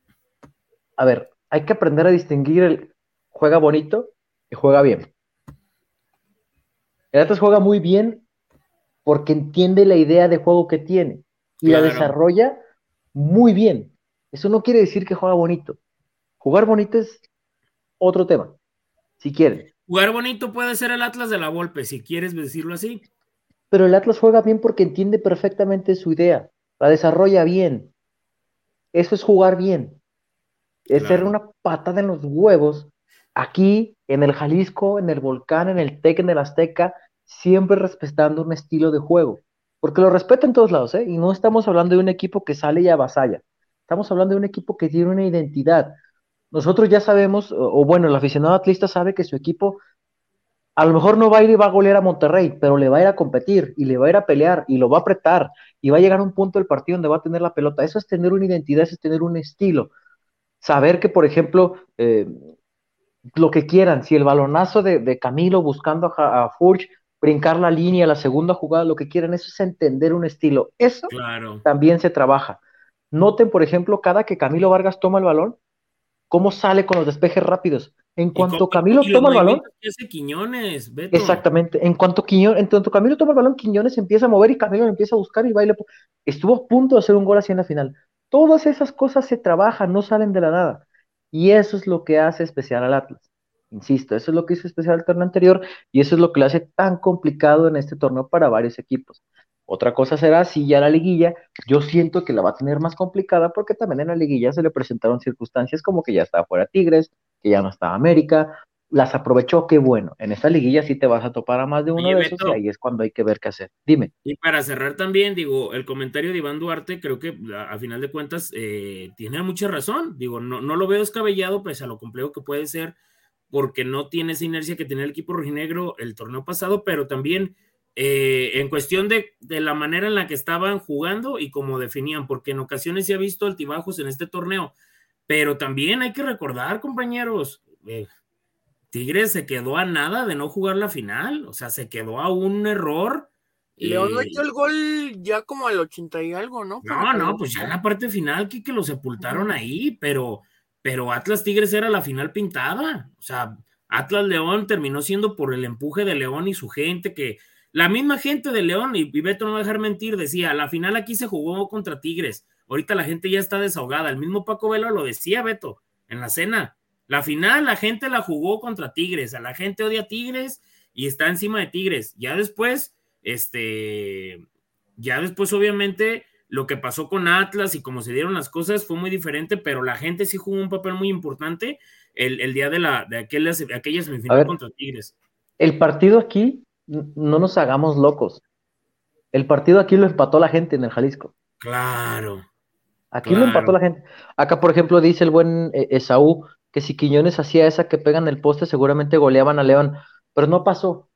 a ver, hay que aprender a distinguir el juega bonito y juega bien. El Atlas juega muy bien porque entiende la idea de juego que tiene y claro. la desarrolla muy bien. Eso no quiere decir que juega bonito. Jugar bonito es otro tema, si quieren. Jugar bonito puede ser el Atlas de la Volpe, si quieres decirlo así. Pero el Atlas juega bien porque entiende perfectamente su idea, la desarrolla bien. Eso es jugar bien. Es claro. ser una patada en los huevos. Aquí, en el Jalisco, en el Volcán, en el Tec, en el Azteca, siempre respetando un estilo de juego. Porque lo respeto en todos lados, ¿eh? Y no estamos hablando de un equipo que sale y avasalla. Estamos hablando de un equipo que tiene una identidad. Nosotros ya sabemos, o, o bueno, el aficionado atlista sabe que su equipo a lo mejor no va a ir y va a golear a Monterrey, pero le va a ir a competir, y le va a ir a pelear, y lo va a apretar, y va a llegar a un punto del partido donde va a tener la pelota. Eso es tener una identidad, eso es tener un estilo. Saber que, por ejemplo, eh, lo que quieran, si el balonazo de, de Camilo buscando a, a Furch, brincar la línea, la segunda jugada, lo que quieran, eso es entender un estilo. Eso claro. también se trabaja. Noten, por ejemplo, cada que Camilo Vargas toma el balón, cómo sale con los despejes rápidos. En cuanto y, Camilo y toma el balón, que hace Quiñones, Beto. exactamente, en cuanto, Quiñones, en cuanto Camilo toma el balón, Quiñones se empieza a mover y Camilo lo empieza a buscar y baile. Estuvo a punto de hacer un gol así en la final. Todas esas cosas se trabajan, no salen de la nada. Y eso es lo que hace especial al Atlas. Insisto, eso es lo que hizo especial el torneo anterior y eso es lo que lo hace tan complicado en este torneo para varios equipos. Otra cosa será si ya la liguilla, yo siento que la va a tener más complicada porque también en la liguilla se le presentaron circunstancias como que ya estaba fuera Tigres, que ya no estaba América, las aprovechó, qué bueno. En esta liguilla sí te vas a topar a más de uno Oye, de Beto, esos y ahí es cuando hay que ver qué hacer. Dime. y para cerrar también, digo, el comentario de Iván Duarte, creo que a, a final de cuentas eh, tiene mucha razón. Digo, no, no lo veo descabellado, pese a lo complejo que puede ser, porque no tiene esa inercia que tenía el equipo rojinegro el torneo pasado, pero también eh, en cuestión de, de la manera en la que estaban jugando y cómo definían, porque en ocasiones se ha visto altibajos en este torneo, pero también hay que recordar, compañeros, eh, Tigres se quedó a nada de no jugar la final, o sea, se quedó a un error. León eh, metió el gol ya como al ochenta y algo, ¿no? Para no, que no, lo- pues ya en la parte final que, que lo sepultaron Ujú. ahí, pero, pero Atlas Tigres era la final pintada, o sea, Atlas León terminó siendo por el empuje de León y su gente, que la misma gente de León, y, y Beto no va a dejar mentir, decía, la final aquí se jugó contra Tigres, ahorita la gente ya está desahogada, el mismo Paco Velo lo decía, Beto, en la cena, la final la gente la jugó contra Tigres, a la gente odia a Tigres y está encima de Tigres, ya después, este, ya después obviamente lo que pasó con Atlas y cómo se dieron las cosas fue muy diferente, pero la gente sí jugó un papel muy importante el, el día de, la, de, aquella, de aquella A semifinal ver, contra Tigres. el partido aquí, n- no nos hagamos locos. El partido aquí lo empató la gente en el Jalisco. Claro, Aquí lo empató claro. la gente. Acá, por ejemplo, dice el buen eh, Esaú que si Quiñones hacía esa que pegan el poste, seguramente goleaban a León. Pero no pasó.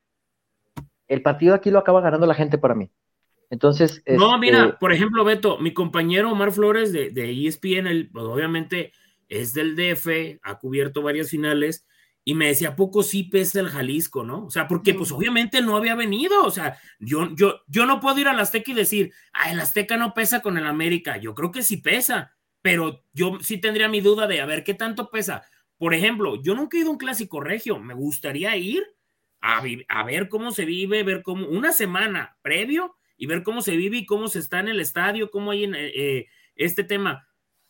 El partido aquí lo acaba ganando la gente para mí. Entonces, No, mira, este, por ejemplo, Beto, mi compañero Omar Flores de, de E S P N, el, pues, obviamente es del D F, ha cubierto varias finales, y me decía, ¿a poco sí pesa el Jalisco, no? O sea, porque pues obviamente no había venido, o sea, yo, yo, yo no puedo ir al Azteca y decir, ah, el Azteca no pesa con el América, yo creo que sí pesa, pero yo sí tendría mi duda de, a ver, ¿qué tanto pesa? Por ejemplo, yo nunca he ido a un clásico regio, me gustaría ir a, a ver cómo se vive, ver cómo, una semana previo, y ver cómo se vive y cómo se está en el estadio, cómo hay en eh, este tema.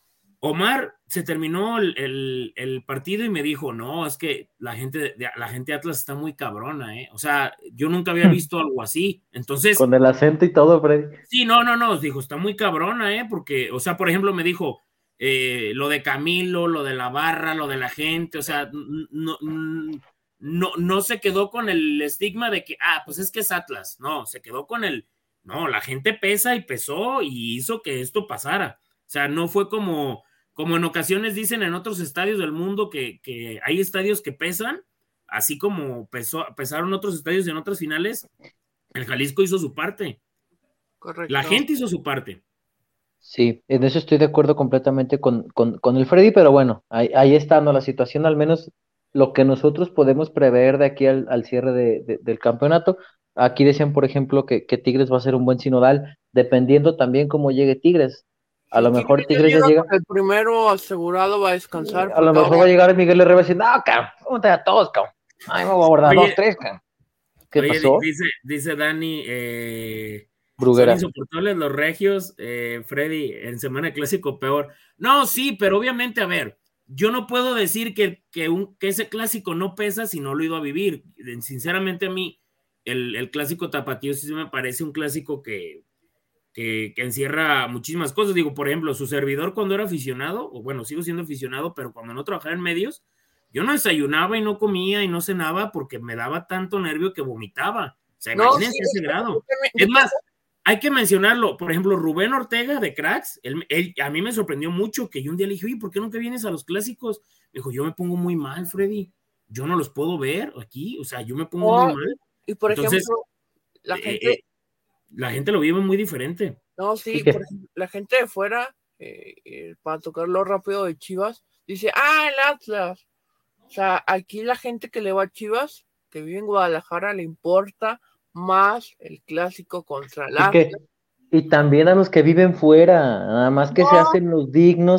Omar se terminó el, el, el, partido y me dijo, no, es que la gente, la gente de Atlas está muy cabrona, ¿eh? O sea, yo nunca había visto algo así. Entonces, con el acento y todo, Freddy. sí, no, no, no, dijo, está muy cabrona, ¿eh? Porque, o sea, por ejemplo, me dijo, eh, lo de Camilo, lo de la barra, lo de la gente, o sea, no, no, no se quedó con el estigma de que, ah, pues es que es Atlas, no, se quedó con el, no, la gente pesa y pesó y hizo que esto pasara. O sea, no fue como, como en ocasiones dicen en otros estadios del mundo que, que hay estadios que pesan, así como pesó, pesaron otros estadios en otras finales, el Jalisco hizo su parte. Correcto. La gente hizo su parte. Sí, en eso estoy de acuerdo completamente con, con, con el Freddy, pero bueno, ahí, ahí está, ¿no? La situación, al menos lo que nosotros podemos prever de aquí al, al cierre de, de- del campeonato. Aquí decían, por ejemplo, que, que Tigres va a ser un buen sinodal, dependiendo también cómo llegue Tigres. A Si lo Tigres mejor ya Tigres ya llega llega, con el primero asegurado, va a descansar a lo porque mejor ahora va a llegar Miguel Herrera y va a decir, no, cabrón, ponte a todos, cabrón. Ay, me voy a guardar dos, Oye, tres, cabrón. ¿Qué oye, pasó? dice, dice Dani, eh, son Bruguera. insoportables los regios, eh, Freddy, en semana de clásico peor. No, sí, pero obviamente, a ver, yo no puedo decir que, que, un, que ese clásico no pesa si no lo he ido a vivir. Sinceramente, a mí, el, el clásico tapatío sí me parece un clásico que, que, que encierra muchísimas cosas. Digo, por ejemplo, su servidor cuando era aficionado, o bueno, sigo siendo aficionado, pero cuando no trabajaba en medios, yo no desayunaba y no comía y no cenaba porque me daba tanto nervio que vomitaba. O sea, no, sí, imagínense ese es que yo grado. también, yo Es más, también- hay que mencionarlo. Por ejemplo, Rubén Ortega de Cracks, él, él- a mí me sorprendió mucho que yo un día le dije, oye, ¿por qué nunca vienes a los clásicos? Me dijo, yo me pongo muy mal, Freddy. Yo no los puedo ver aquí. O sea, yo me pongo muy no, mal. y por Entonces, ejemplo, la eh, gente, eh, la gente lo vive muy diferente. no, Y sí, por que, ejemplo, la gente de fuera, eh, eh, para tocarlo rápido de Chivas, dice, ah, el Atlas. O sea, aquí la gente que le va a Chivas, que vive en Guadalajara, le importa más el clásico contra el y Atlas. que, y también a los que viven fuera, nada más que se No, hacen los dignos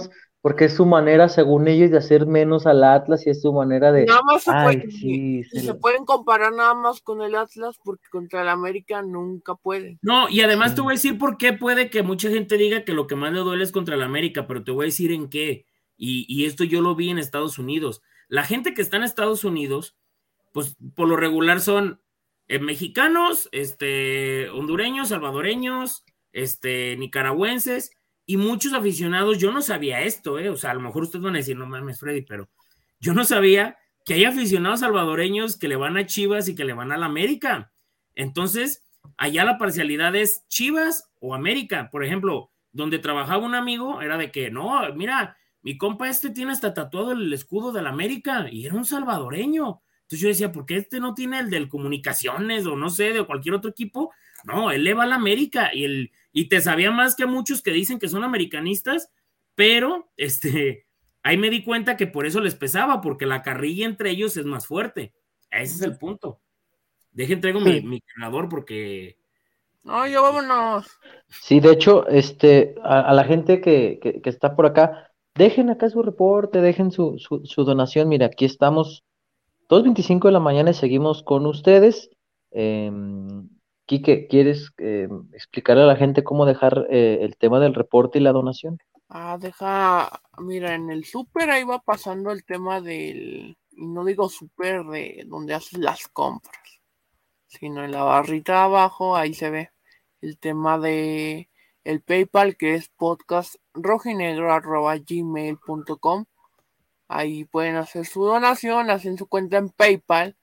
porque es su manera, según ellos, de hacer menos al Atlas y es su manera de, Nada más se ay, puede, sí, y se se la- pueden comparar nada más con el Atlas porque contra el América nunca pueden. No, y además sí. te voy a decir por qué puede que mucha gente diga que lo que más le duele es contra el América, pero te voy a decir en qué. Y, y esto yo lo vi en Estados Unidos. La gente que está en Estados Unidos, pues por lo regular son eh, mexicanos, este, hondureños, salvadoreños, este, nicaragüenses y muchos aficionados. Yo no sabía esto, eh, o sea, a lo mejor ustedes van a decir, no mames, Freddy, pero yo no sabía que hay aficionados salvadoreños que le van a Chivas y que le van a la América. Entonces, allá la parcialidad es Chivas o América. Por ejemplo, donde trabajaba un amigo era de que, no, mira, mi compa este tiene hasta tatuado el escudo de la América y era un salvadoreño. Entonces yo decía, ¿por qué este no tiene el del Comunicaciones o no sé, de cualquier otro equipo? No, él le va a la América y, el, y te sabía más que muchos que dicen que son americanistas, pero este, ahí me di cuenta que por eso les pesaba, porque la carrilla entre ellos es más fuerte. Ese es el punto. Dejen, traigo mi, mi cargador porque... No, ya vámonos. Sí, de hecho, este, a, a la gente que, que, que está por acá, dejen acá su reporte, dejen su, su, su donación. Mira, aquí estamos, dos veinticinco de la mañana y seguimos con ustedes. Eh, Quique, ¿quieres eh, explicarle a la gente cómo dejar eh, el tema del reporte y la donación? Ah, deja, mira, en el súper ahí va pasando el tema del, y no digo súper de donde haces las compras, sino en la barrita de abajo, ahí se ve el tema de el PayPal, que es podcast rojinegro arroba gmail punto com. Ahí pueden hacer su donación, hacen su cuenta en PayPal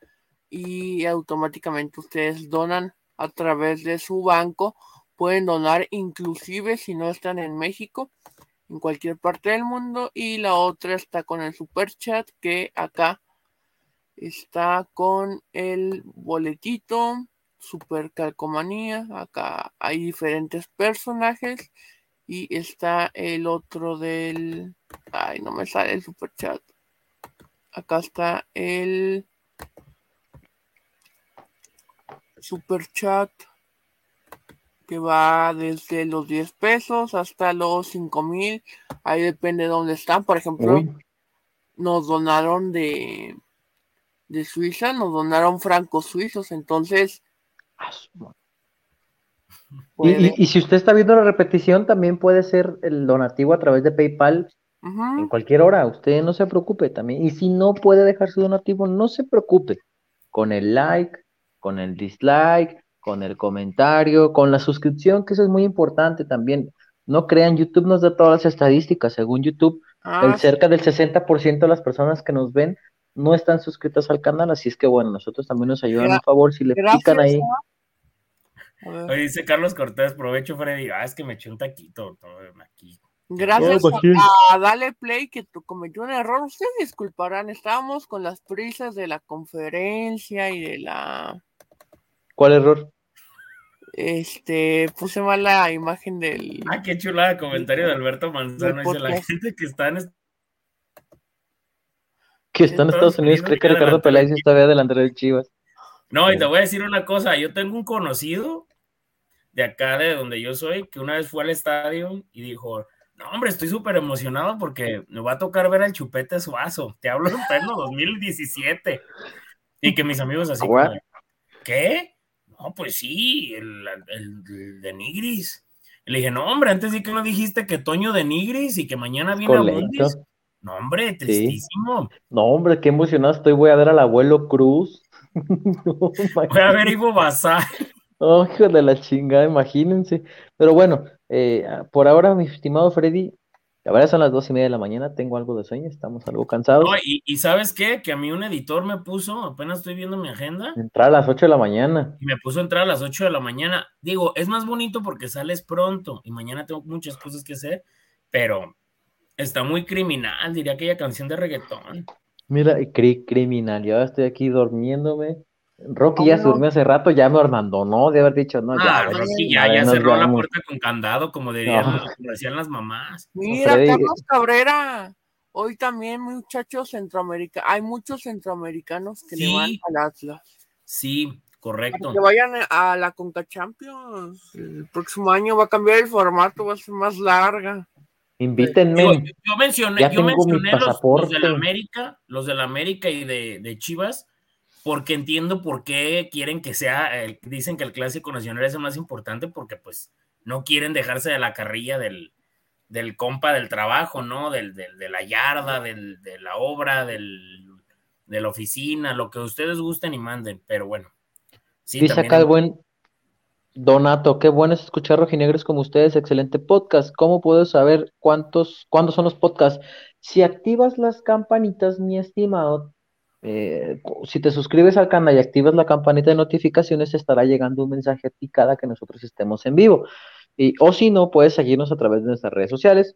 y automáticamente ustedes donan a través de su banco. Pueden donar inclusive si no están en México, en cualquier parte del mundo. Y la otra está con el super chat, que acá está con el boletito super calcomanía. Acá hay diferentes personajes y está el otro del, ay, no me sale el super chat. Acá está el super chat que va desde los diez pesos hasta los cinco mil. Ahí depende de dónde están. Por ejemplo, Uy. nos donaron de, de Suiza, nos donaron francos suizos. Entonces, Ah, su madre. Y, puede. y, y si usted está viendo la repetición, también puede ser el donativo a través de PayPal en Uh-huh. cualquier hora. Usted no se preocupe también. Y si no puede dejar su donativo, no se preocupe. Con el like, con el dislike, con el comentario, con la suscripción, que eso es muy importante también. No crean, YouTube nos da todas las estadísticas. Según YouTube, el Ah, sí, cerca del sesenta por ciento de las personas que nos ven no están suscritas al canal, así es que bueno, nosotros también nos ayudan gra- un favor si le pican gracias. ahí. A, a ver, Oye, dice Carlos Cortés, provecho, Freddy. Ah, es que me eché un taquito todo aquí. No, gracias imagínate. a, a Dale Play, que tu- cometió un error. Ustedes disculparán, estábamos con las prisas de la conferencia y de la. ¿Cuál error? Este, puse mal la imagen del, Ah, qué chulada comentario de Alberto del Manzano. Dice la podcast. gente que está en Que está en Estados Estados Unidos, Unidos cree y que Ricardo adelantar el Peláez está equipo. delantero de Chivas. No, y te Eh, voy a decir una cosa. Yo tengo un conocido de acá, de donde yo soy, que una vez fue al estadio y dijo: no, hombre, estoy súper emocionado porque me va a tocar ver al Chupete Suazo. Te hablo en pleno dos mil diecisiete. Y que mis amigos así como agua, de, ¿qué? No, pues sí, el, el, el de Nigris. Y le dije, no, hombre, antes sí que no dijiste que Toño de Nigris y que mañana es viene a Bundis. correcto. No, hombre, Sí. tristísimo. No, hombre, qué emocionado estoy. Voy a ver al abuelo Cruz. No, Voy a ver imagínense. Ivo Basar. Oh, hijo de la chingada, imagínense. Pero bueno, eh, por ahora, mi estimado Freddy, la verdad son las dos y media de la mañana. Tengo algo de sueño, estamos algo No, cansados. y, y ¿sabes qué? Que a mí un editor me puso, apenas estoy viendo mi agenda, Entrar a las ocho de la mañana. y me puso a entrar a las ocho de la mañana. Digo, es más bonito porque sales pronto y mañana tengo muchas cosas que hacer, pero está muy criminal, diría aquella canción de reggaetón. Mira, cri- criminal. Yo ahora estoy aquí durmiéndome. Rocky ya se Vámonos. durmió hace rato, ya me abandonó de haber dicho, no, ya, Ah, güey, Rocky ya, madre, ya nos cerró la vamos. puerta con candado, como dirían, No, como decían las mamás. Mira, Freddy, Carlos Cabrera. Hoy también muchachos centroamericanos. Hay muchos centroamericanos que le van Sí, al Atlas. sí, Para correcto. que vayan a la Conca Champions. El próximo año va a cambiar el formato, va a ser más larga. Invítenme. Digo, yo, yo mencioné, ya yo tengo mi mencioné los, los pasaporte. de la América, los de la América y de, de Chivas, porque entiendo por qué quieren que sea, el- dicen que el clásico nacional es el más importante, porque pues no quieren dejarse de la carrilla del, del compa del trabajo, ¿no? Del, del, de la yarda, del, de la obra, del, de la oficina, lo que ustedes gusten y manden, pero bueno, sí, Dice también acá el en- buen Donato, qué bueno es escuchar rojinegros como ustedes, excelente podcast. ¿Cómo puedo saber cuántos, cuándo son los podcasts? Si activas las campanitas, mi estimado, eh, si te suscribes al canal y activas la campanita de notificaciones, estará llegando un mensaje a ti cada que nosotros estemos en vivo. Y, o si no, puedes seguirnos a través de nuestras redes sociales,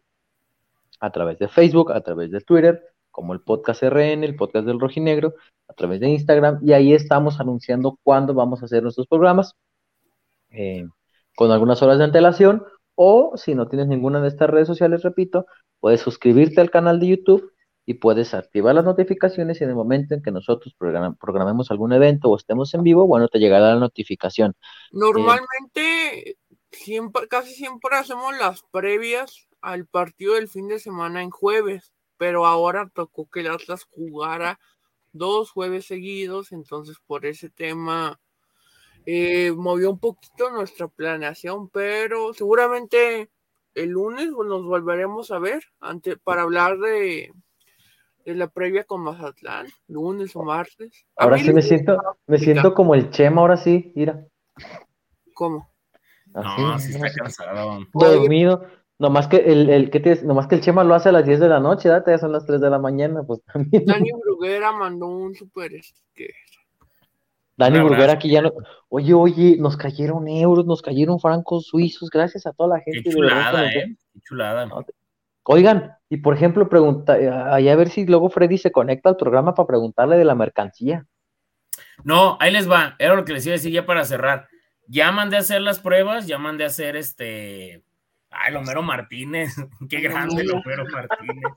a través de Facebook, a través de Twitter, como el podcast R N, el podcast del Rojinegro, a través de Instagram, y ahí estamos anunciando cuándo vamos a hacer nuestros programas eh, con algunas horas de antelación, o si no tienes ninguna de estas redes sociales, repito, puedes suscribirte al canal de YouTube y puedes activar las notificaciones y en el momento en que nosotros program- programemos algún evento o estemos en vivo, bueno, te llegará la notificación. Eh, Normalmente, siempre, casi siempre hacemos las previas al partido del fin de semana en jueves, pero ahora tocó que el Atlas jugara dos jueves seguidos, entonces por ese tema eh, movió un poquito nuestra planeación, pero seguramente el lunes nos volveremos a ver ante, para hablar de, de la previa con Mazatlán, lunes o martes. A ahora mí sí me lunes me siento, va a me complicar. siento como el Chema, ahora sí, mira, ¿Cómo? así, no, sí está no sé, cansado. Oye, dormido. Nomás que el, el, ¿qué te- nomás que el Chema lo hace a las diez de la noche, ¿verdad? Ya son las tres de la mañana, pues también. Dani Bruguera mandó un super sticker. Un Dani Burguera abrazo. aquí ya no. Oye, oye, nos cayeron euros, nos cayeron francos suizos, gracias a toda la Qué gente de verdad que chulada, nos ve. ¿eh? Qué chulada. No, te- Oigan, y por ejemplo, pregunta, eh, allá a ver si luego Freddy se conecta al programa para preguntarle de la mercancía. No, ahí les va. Era lo que les iba a decir ya para cerrar. Ya mandé a hacer las pruebas, ya mandé a hacer este. Ay, Homero Martínez. Qué grande el Homero Martínez.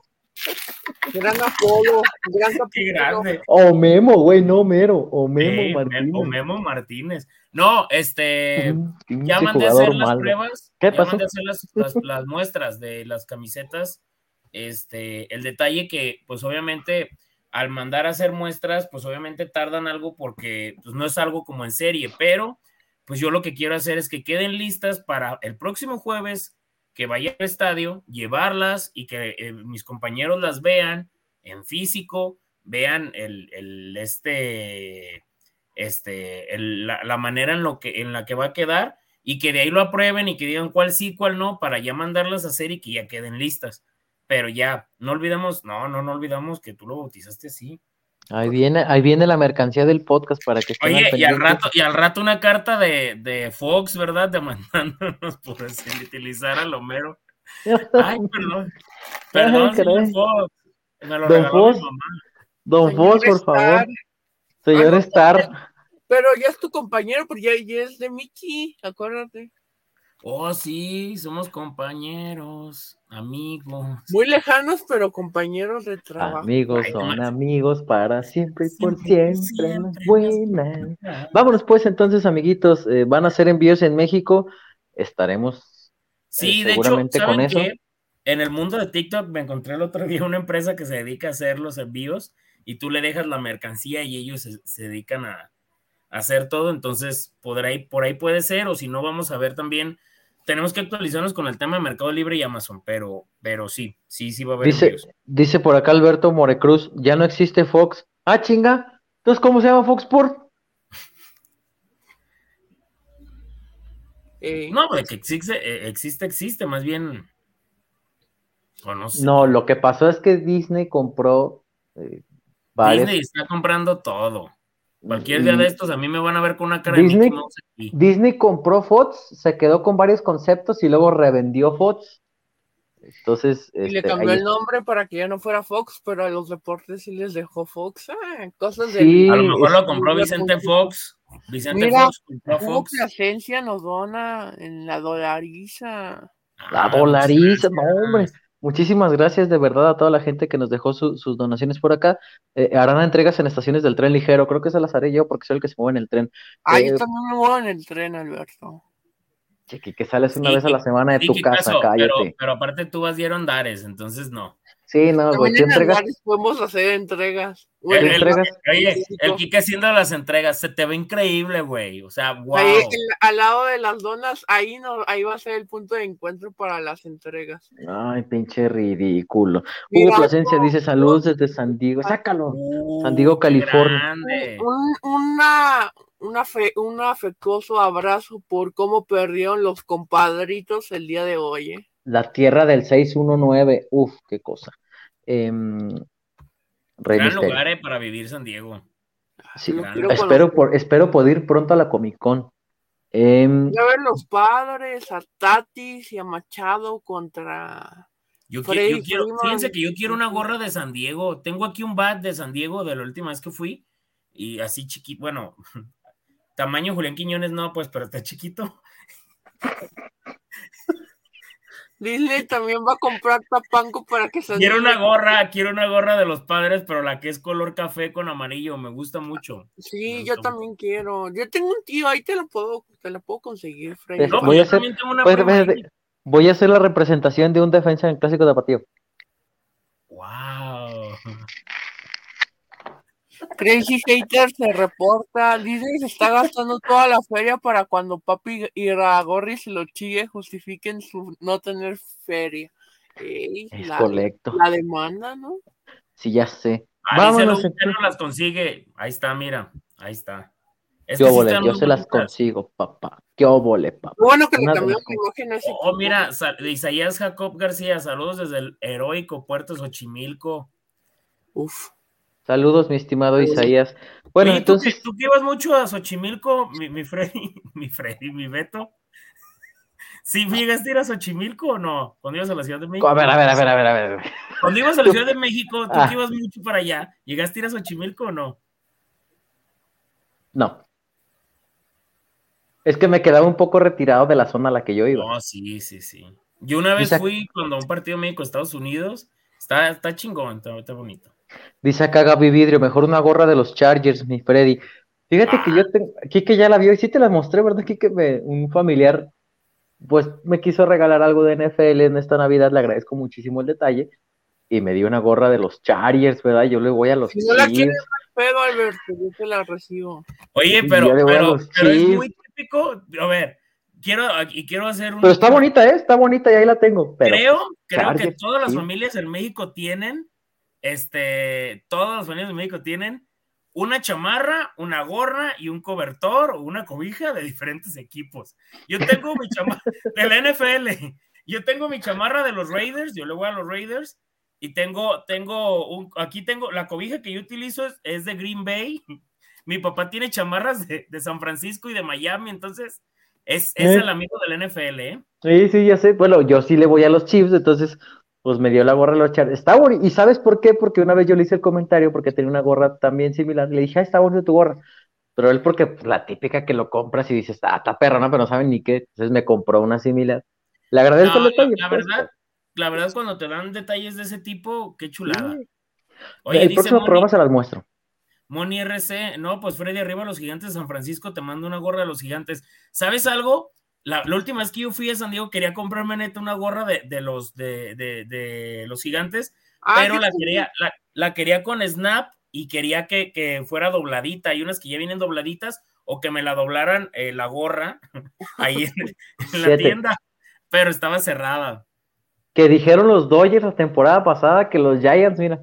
Gran apodo, gran Qué capítulo. grande. O Memo, güey, no Mero, o Memo Sí, Mem- o Martínez. Memo Martínez. No, este. Un Ya pinche mandé a hacer jugador las malo. pruebas, ¿Qué ya mandé a pasó? hacer las, las, las muestras de las camisetas. Este, el detalle que, pues obviamente, al mandar a hacer muestras, pues obviamente tardan algo porque pues, no es algo como en serie, pero pues yo lo que quiero hacer es que queden listas para el próximo jueves que vaya al estadio, llevarlas y que eh, mis compañeros las vean en físico, vean el, el este, este, el, la, la manera en, lo que, en la que va a quedar y que de ahí lo aprueben y que digan cuál sí, cuál no, para ya mandarlas a hacer y que ya queden listas. Pero ya, no olvidamos, no, no, no olvidamos que tú lo bautizaste así. Ahí viene, ahí viene la mercancía del podcast para que estén al Oye, y al pendiente. rato, y al rato una carta de, de Fox, ¿verdad? Demandándonos por utilizar al Homero. Ay, perdón. Ay, Perdón, señor caray. Fox. Me lo Don regaló mi Fos, mamá. Don Señor Fos, por Star. favor. Ah, Señor no, Star. pero ya es tu compañero, porque ya, ya es de Mickey, acuérdate. Oh, sí, somos compañeros, amigos. Muy lejanos, pero compañeros de trabajo. Amigos Ay, son nomás. amigos para siempre y por Siempre, por siempre en las siempre. buenas. Vámonos pues entonces, amiguitos. eh, van a ser envíos en México. Estaremos eh, Sí, de hecho, seguramente con ¿saben eso. qué? En el mundo de TikTok me encontré el otro día una empresa que se dedica a hacer los envíos y tú le dejas la mercancía y ellos se, se dedican a, a hacer todo, entonces por ahí, por ahí puede ser, o si no, vamos a ver también. Tenemos que actualizarnos con el tema de Mercado Libre y Amazon, pero, pero sí, sí, sí va a haber Dice, envíos. dice por acá Alberto Morecruz, ya no existe Fox. Ah, chinga. Entonces, ¿cómo se llama Fox Sport? Eh, No, de que existe, eh, existe, existe, más bien, o no sé. No, lo que pasó es que Disney compró eh, varios. Disney está comprando todo. Cualquier día de Y estos a mí me van a ver con una cara de Mickey Disney, Mouse aquí. Disney compró Fox, se quedó con varios conceptos y luego revendió Fox. Entonces, y le este, cambió ahí el está. nombre para que ya no fuera Fox, pero a los deportes sí les dejó Fox. Ah, cosas del... A lo Sí, mejor es lo compró Vicente Fox. Vicente Mira, Fox compró hubo Fox. presencia nos dona en la dolariza. la Ah, muchas dolariza. No, hombre. gracias. Muchísimas gracias de verdad a toda la gente que nos dejó su- sus donaciones por acá. Eh, harán entregas en estaciones del tren ligero. Creo que se las haré yo porque soy el que se mueve en el tren. Ah, yo Eh, también me muevo en el tren, Alberto. Chiqui, que sales una Sí, vez a la semana de sí, tu ¿qué casa, pasó? Pero, cállate. pero aparte tú vas dieron Dares, entonces no. Sí, no, güey, También tú en entregas, Andares podemos hacer entregas. El, Bueno, tú el- entregas. oye, el México. Kike haciendo las entregas, se te ve increíble, güey. O sea, Ahí, wow. en- al lado de las donas, ahí no, ahí va a ser el punto de encuentro para las entregas. Ay, pinche ridículo. Hugo Mira, Plasencia dice yo- saludos desde San Diego. Sácalo. San Diego, Uh, qué California. grande. un, una, una fe, un afectuoso abrazo por cómo perdieron los compadritos el día de hoy. ¿eh? La tierra del seis uno nueve. Uf, qué cosa. Em, Rey Gran Misterio. lugar eh, para vivir San Diego. Sí, Lo gran quiero lugar. espero, conocer. por, espero poder ir pronto a la Comic Con. Em, Voy a ver los padres, a Tatis y a Machado contra Yo, qui- Freddy yo quiero, Freeman. fíjense que yo quiero una gorra de San Diego. Tengo aquí un bat de San Diego de la última vez que fui. Y así chiquito, bueno, tamaño Julián Quiñones no, pues, pero está chiquito. Disney también va a comprar Tapanco para que se Quiero una anime. gorra, quiero una gorra de los padres, pero la que es color café con amarillo, me gusta mucho. Sí, Me yo gusta también quiero. Yo tengo un tío, ahí te lo puedo, te lo puedo conseguir, Freddy. deja- No, voy pues a yo hacer, también tengo una pues, prima ahí. voy a hacer la representación de un defensa en el clásico tapatío. Wow. Crazy Hater se reporta. Disney se está gastando toda la feria para cuando Papi Iragorri se lo chille, justifiquen su no tener feria. Ey, Es la, correcto. la demanda, ¿no? Sí, ya sé. Ah, dice Vámonos. Luis que no las consigue. Ahí está, mira. Ahí está. Es Qué que sí óvole, están yo muy se las bonitas. consigo, papá. Qué óvole, papá. Lo bueno que le Una de cambiaron las la imagen a ese Oh, equipo. mira, sa- de Isaías Jacob García, saludos desde el heroico Puerto Xochimilco. Uf. Saludos, mi estimado Isaías. Bueno, Oye, ¿tú que, entonces, tú que ibas mucho a Xochimilco, mi, mi Freddy, mi Freddy, mi Beto. ¿Sí llegaste a ir a Xochimilco o no? Cuando ibas a la Ciudad de México. a ver, a ver, a ver, a ver, a ver. Cuando ibas a la Ciudad de México, tú que Ah, ibas mucho para allá, ¿llegaste a ir a Xochimilco o no? no. Es que me quedaba un poco retirado de la zona a la que yo iba. No, sí, sí, sí. Yo una vez Dice, fui cuando a un partido México-Estados Unidos. Está, está chingón, está, está bonito. dice acá Gaby Vidrio, mejor una gorra de los Chargers, mi Freddy. Fíjate Ah. que yo tengo, Kike ya la vio y sí te la mostré, ¿verdad? Kike, me, un familiar, pues me quiso regalar algo de N F L en esta Navidad, le agradezco muchísimo el detalle, y me dio una gorra de los Chargers, ¿verdad? Yo le voy a los Si no la quieres, Chiefs. pedo, Alberto, yo te la recibo. Oye, Y pero, yo le voy a pero, los pero es Chiefs. muy típico. A ver, quiero, y quiero hacer un. Pero está bonita, ¿eh? Está bonita y ahí la tengo. Pero Creo, creo que Chargers, todas las sí. familias en México tienen, este, todas las familias en México tienen una chamarra, una gorra y un cobertor o una cobija de diferentes equipos. Yo tengo mi chamarra de la N F L, yo tengo mi chamarra de los Raiders, yo le voy a los Raiders y tengo, tengo, un, aquí tengo, la cobija que yo utilizo es, es de Green Bay. Mi papá tiene chamarras de, de San Francisco y de Miami, entonces es, es ¿Eh? el amigo del N F L, ¿eh? Sí, sí, ya sé. Bueno, yo sí le voy a los Chiefs, entonces, pues me dio la gorra de los Chargers. Está bonito. ¿Y sabes por qué? Porque una vez yo le hice el comentario porque tenía una gorra también similar. Le dije, ah, está bonita tu gorra. Pero él, porque pues, la típica que lo compras y dices, ah, está perrona, pero no saben ni qué. Entonces me compró una similar. Le agradezco No, el detalle. la, la pues, verdad, la verdad, cuando te dan detalles de ese tipo, qué chulada. sí. Oye, El dice próximo Moni, programa se las muestro. Moni R C, no, pues Freddy arriba los gigantes de San Francisco, te mando una gorra de los gigantes. ¿Sabes algo? La, la última vez que yo fui a San Diego quería comprarme neta una gorra de, de los de, de, de los gigantes, Ah, pero ¿qué la te- quería, la, la quería con snap y quería que, que fuera dobladita. Hay unas que ya vienen dobladitas o que me la doblaran eh, la gorra ahí en, en la Fíjate, tienda, pero estaba cerrada. que dijeron los Dodgers la temporada pasada que los Giants, mira.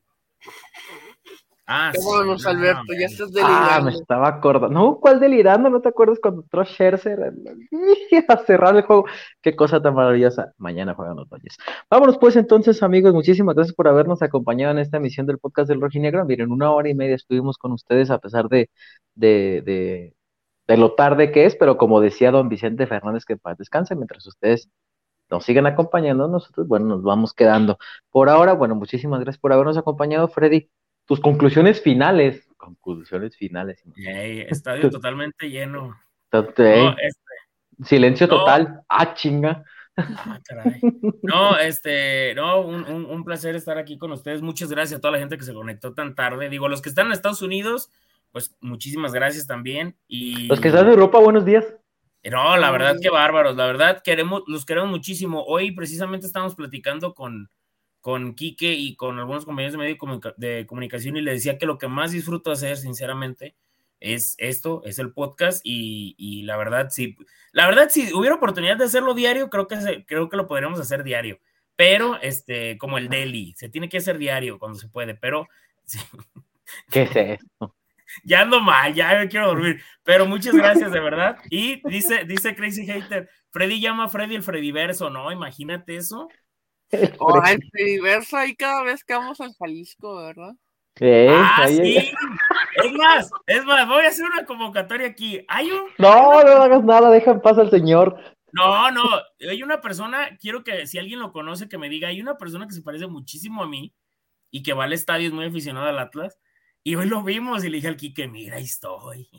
Ah, sí, Vámonos, no, Alberto, man. ya estás Ah, me delirando. estaba acordando. No, ¿cuál delirando? ¿No te acuerdas cuando entró Scherzer a cerrar el juego? Qué cosa tan maravillosa. Mañana juegan los Dodgers. Vámonos pues entonces, amigos. Muchísimas gracias por habernos acompañado en esta emisión del podcast del Rojinegro. Miren, una hora y media estuvimos con ustedes a pesar de, de, de, de lo tarde que es, pero como decía don Vicente Fernández, que en paz descanse, mientras ustedes nos siguen acompañando, nosotros, bueno, nos vamos quedando. Por ahora, bueno, muchísimas gracias por habernos acompañado, Freddy. Tus conclusiones finales. Conclusiones finales. Hey, estadio totalmente lleno. Entonces, No, eh, este, silencio no, total. Ah, chinga. ah, caray. No, este, no, un, un, un placer estar aquí con ustedes. Muchas gracias a toda la gente que se conectó tan tarde. Digo, los que están en Estados Unidos, pues muchísimas gracias también. Y Los que están en Europa, buenos días. No, la verdad que bárbaros, la verdad queremos, los queremos muchísimo. Hoy precisamente estamos platicando con, con Quique y con algunos compañeros de medio de, comunica de comunicación y le decía que lo que más disfruto hacer, sinceramente, es esto, es el podcast y, y la verdad, sí, la verdad, si hubiera oportunidad de hacerlo diario, creo que, se, creo que lo podríamos hacer diario, pero este, como el daily, se tiene que hacer diario cuando se puede, pero... Sí. ¿Qué es esto? Ya ando mal, ya me quiero dormir, pero muchas gracias de verdad. Y dice, dice Crazy Hater, Freddy llama a Freddy el Freddyverso, ¿no? Imagínate eso. Oh, el Freddyverso ahí cada vez que vamos al Jalisco, ¿verdad? ¿Eh? Ah, Ahí, sí. ahí. Es más, es más, voy a hacer una convocatoria aquí. Hay un. No, hay una... no hagas nada, deja en paz al señor. No, no, hay una persona, quiero que si alguien lo conoce, que me diga, hay una persona que se parece muchísimo a mí y que va al estadio, es muy aficionado al Atlas, y hoy lo vimos y le dije al Quique, mira, ahí estoy.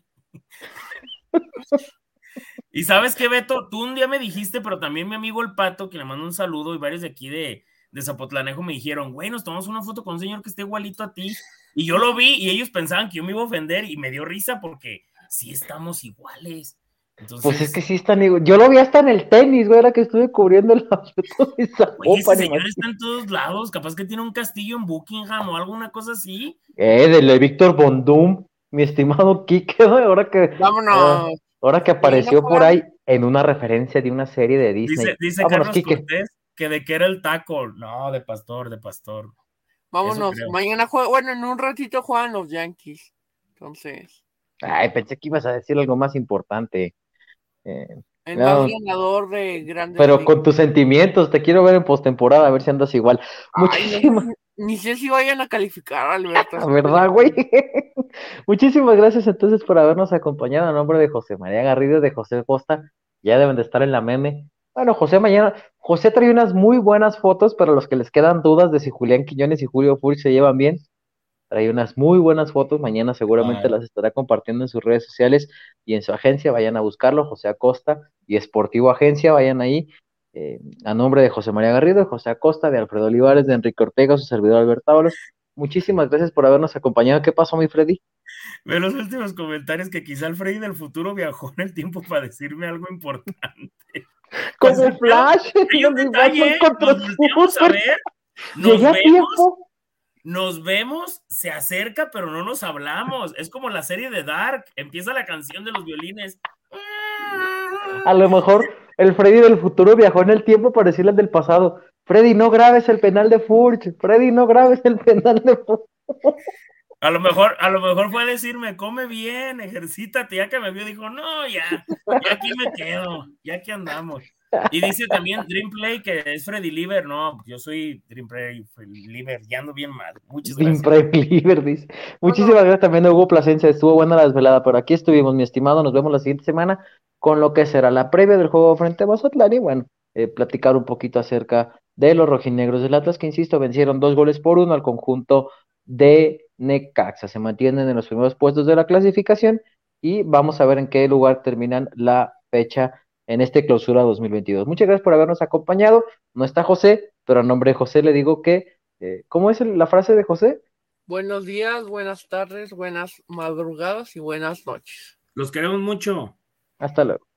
Y sabes qué, Beto, tú un día me dijiste, pero también mi amigo el Pato, que le mando un saludo, y varios de aquí de, de Zapotlanejo me dijeron, güey, nos tomamos una foto con un señor que esté igualito a ti, y yo lo vi, y ellos pensaban que yo me iba a ofender, y me dio risa porque sí estamos iguales. Entonces, pues es que sí están igual. Yo lo vi hasta en el tenis, güey, era que estuve cubriendo el abierto de Zapopan. Oye, ese señor está en todos lados, capaz que tiene un castillo en Buckingham o alguna cosa así. Eh, del Víctor Bondum, mi estimado Quique, güey, ahora que... Vámonos. Ahora, ahora que apareció por ahí en una referencia de una serie de Disney. Dice, dice Vámonos, Carlos Quique. Cortés que de qué era el taco. No, de pastor, de pastor. Vámonos, mañana juega, bueno, en un ratito juegan los Yankees. Entonces. Ay, pensé que ibas a decir algo más importante. Eh, el no, más ganador de grandes. Pero con tus sentimientos, te quiero ver en postemporada, a ver si andas igual. Ay, Muchísimas. No, ni sé si vayan a calificar, Alberto. ¿Verdad, güey? Muchísimas gracias entonces por habernos acompañado. En nombre de José María Garrido, de José Costa, ya deben de estar en la meme. Bueno, José mañana, José trae unas muy buenas fotos para los que les quedan dudas de si Julián Quiñones y Julio Furch se llevan bien. Trae unas muy buenas fotos, mañana seguramente las estará compartiendo en sus redes sociales y en su agencia, vayan a buscarlo, José Acosta y Esportivo Agencia, vayan ahí, eh, a nombre de José María Garrido, de José Acosta, de Alfredo Olivares, de Enrique Ortega, su servidor Alberto Ábalos. Muchísimas gracias por habernos acompañado. ¿Qué pasó, mi Freddy? Ve los últimos comentarios que quizá el Freddy del futuro viajó en el tiempo para decirme algo importante. Como pues Flash, hay un detalle, nos volteamos a ver, nos vemos, tiempo. Nos vemos, se acerca, pero no nos hablamos. Es como la serie de Dark. Empieza la canción de los violines. A lo mejor el Freddy del futuro viajó en el tiempo para decirle al del pasado, Freddy, no grabes el penal de Furch. Freddy, no grabes el penal de Furch. A lo mejor, a lo mejor fue a decirme, come bien, ejercítate. Ya que me vio, dijo, no, ya, ya aquí me quedo, ya aquí andamos. Y dice también Dreamplay que es Freddy Liver. No, yo soy Dreamplay Liver, ya ando bien mal. Muchas gracias. Dreamplay Liver, dice. Muchísimas bueno. gracias también a Hugo Plasencia. Estuvo buena la desvelada, pero aquí estuvimos, mi estimado. Nos vemos la siguiente semana con lo que será la previa del juego frente a Mazatlán y bueno, eh, platicar un poquito acerca de los rojinegros del Atlas, que insisto, vencieron dos goles por uno al conjunto de Necaxa. Se mantienen en los primeros puestos de la clasificación y vamos a ver en qué lugar terminan la fecha en este clausura dos mil veintidós. Muchas gracias por habernos acompañado. No está José, pero a nombre de José le digo que, eh, ¿cómo es la frase de José? Buenos días, buenas tardes, buenas madrugadas y buenas noches. Los queremos mucho. Hasta luego.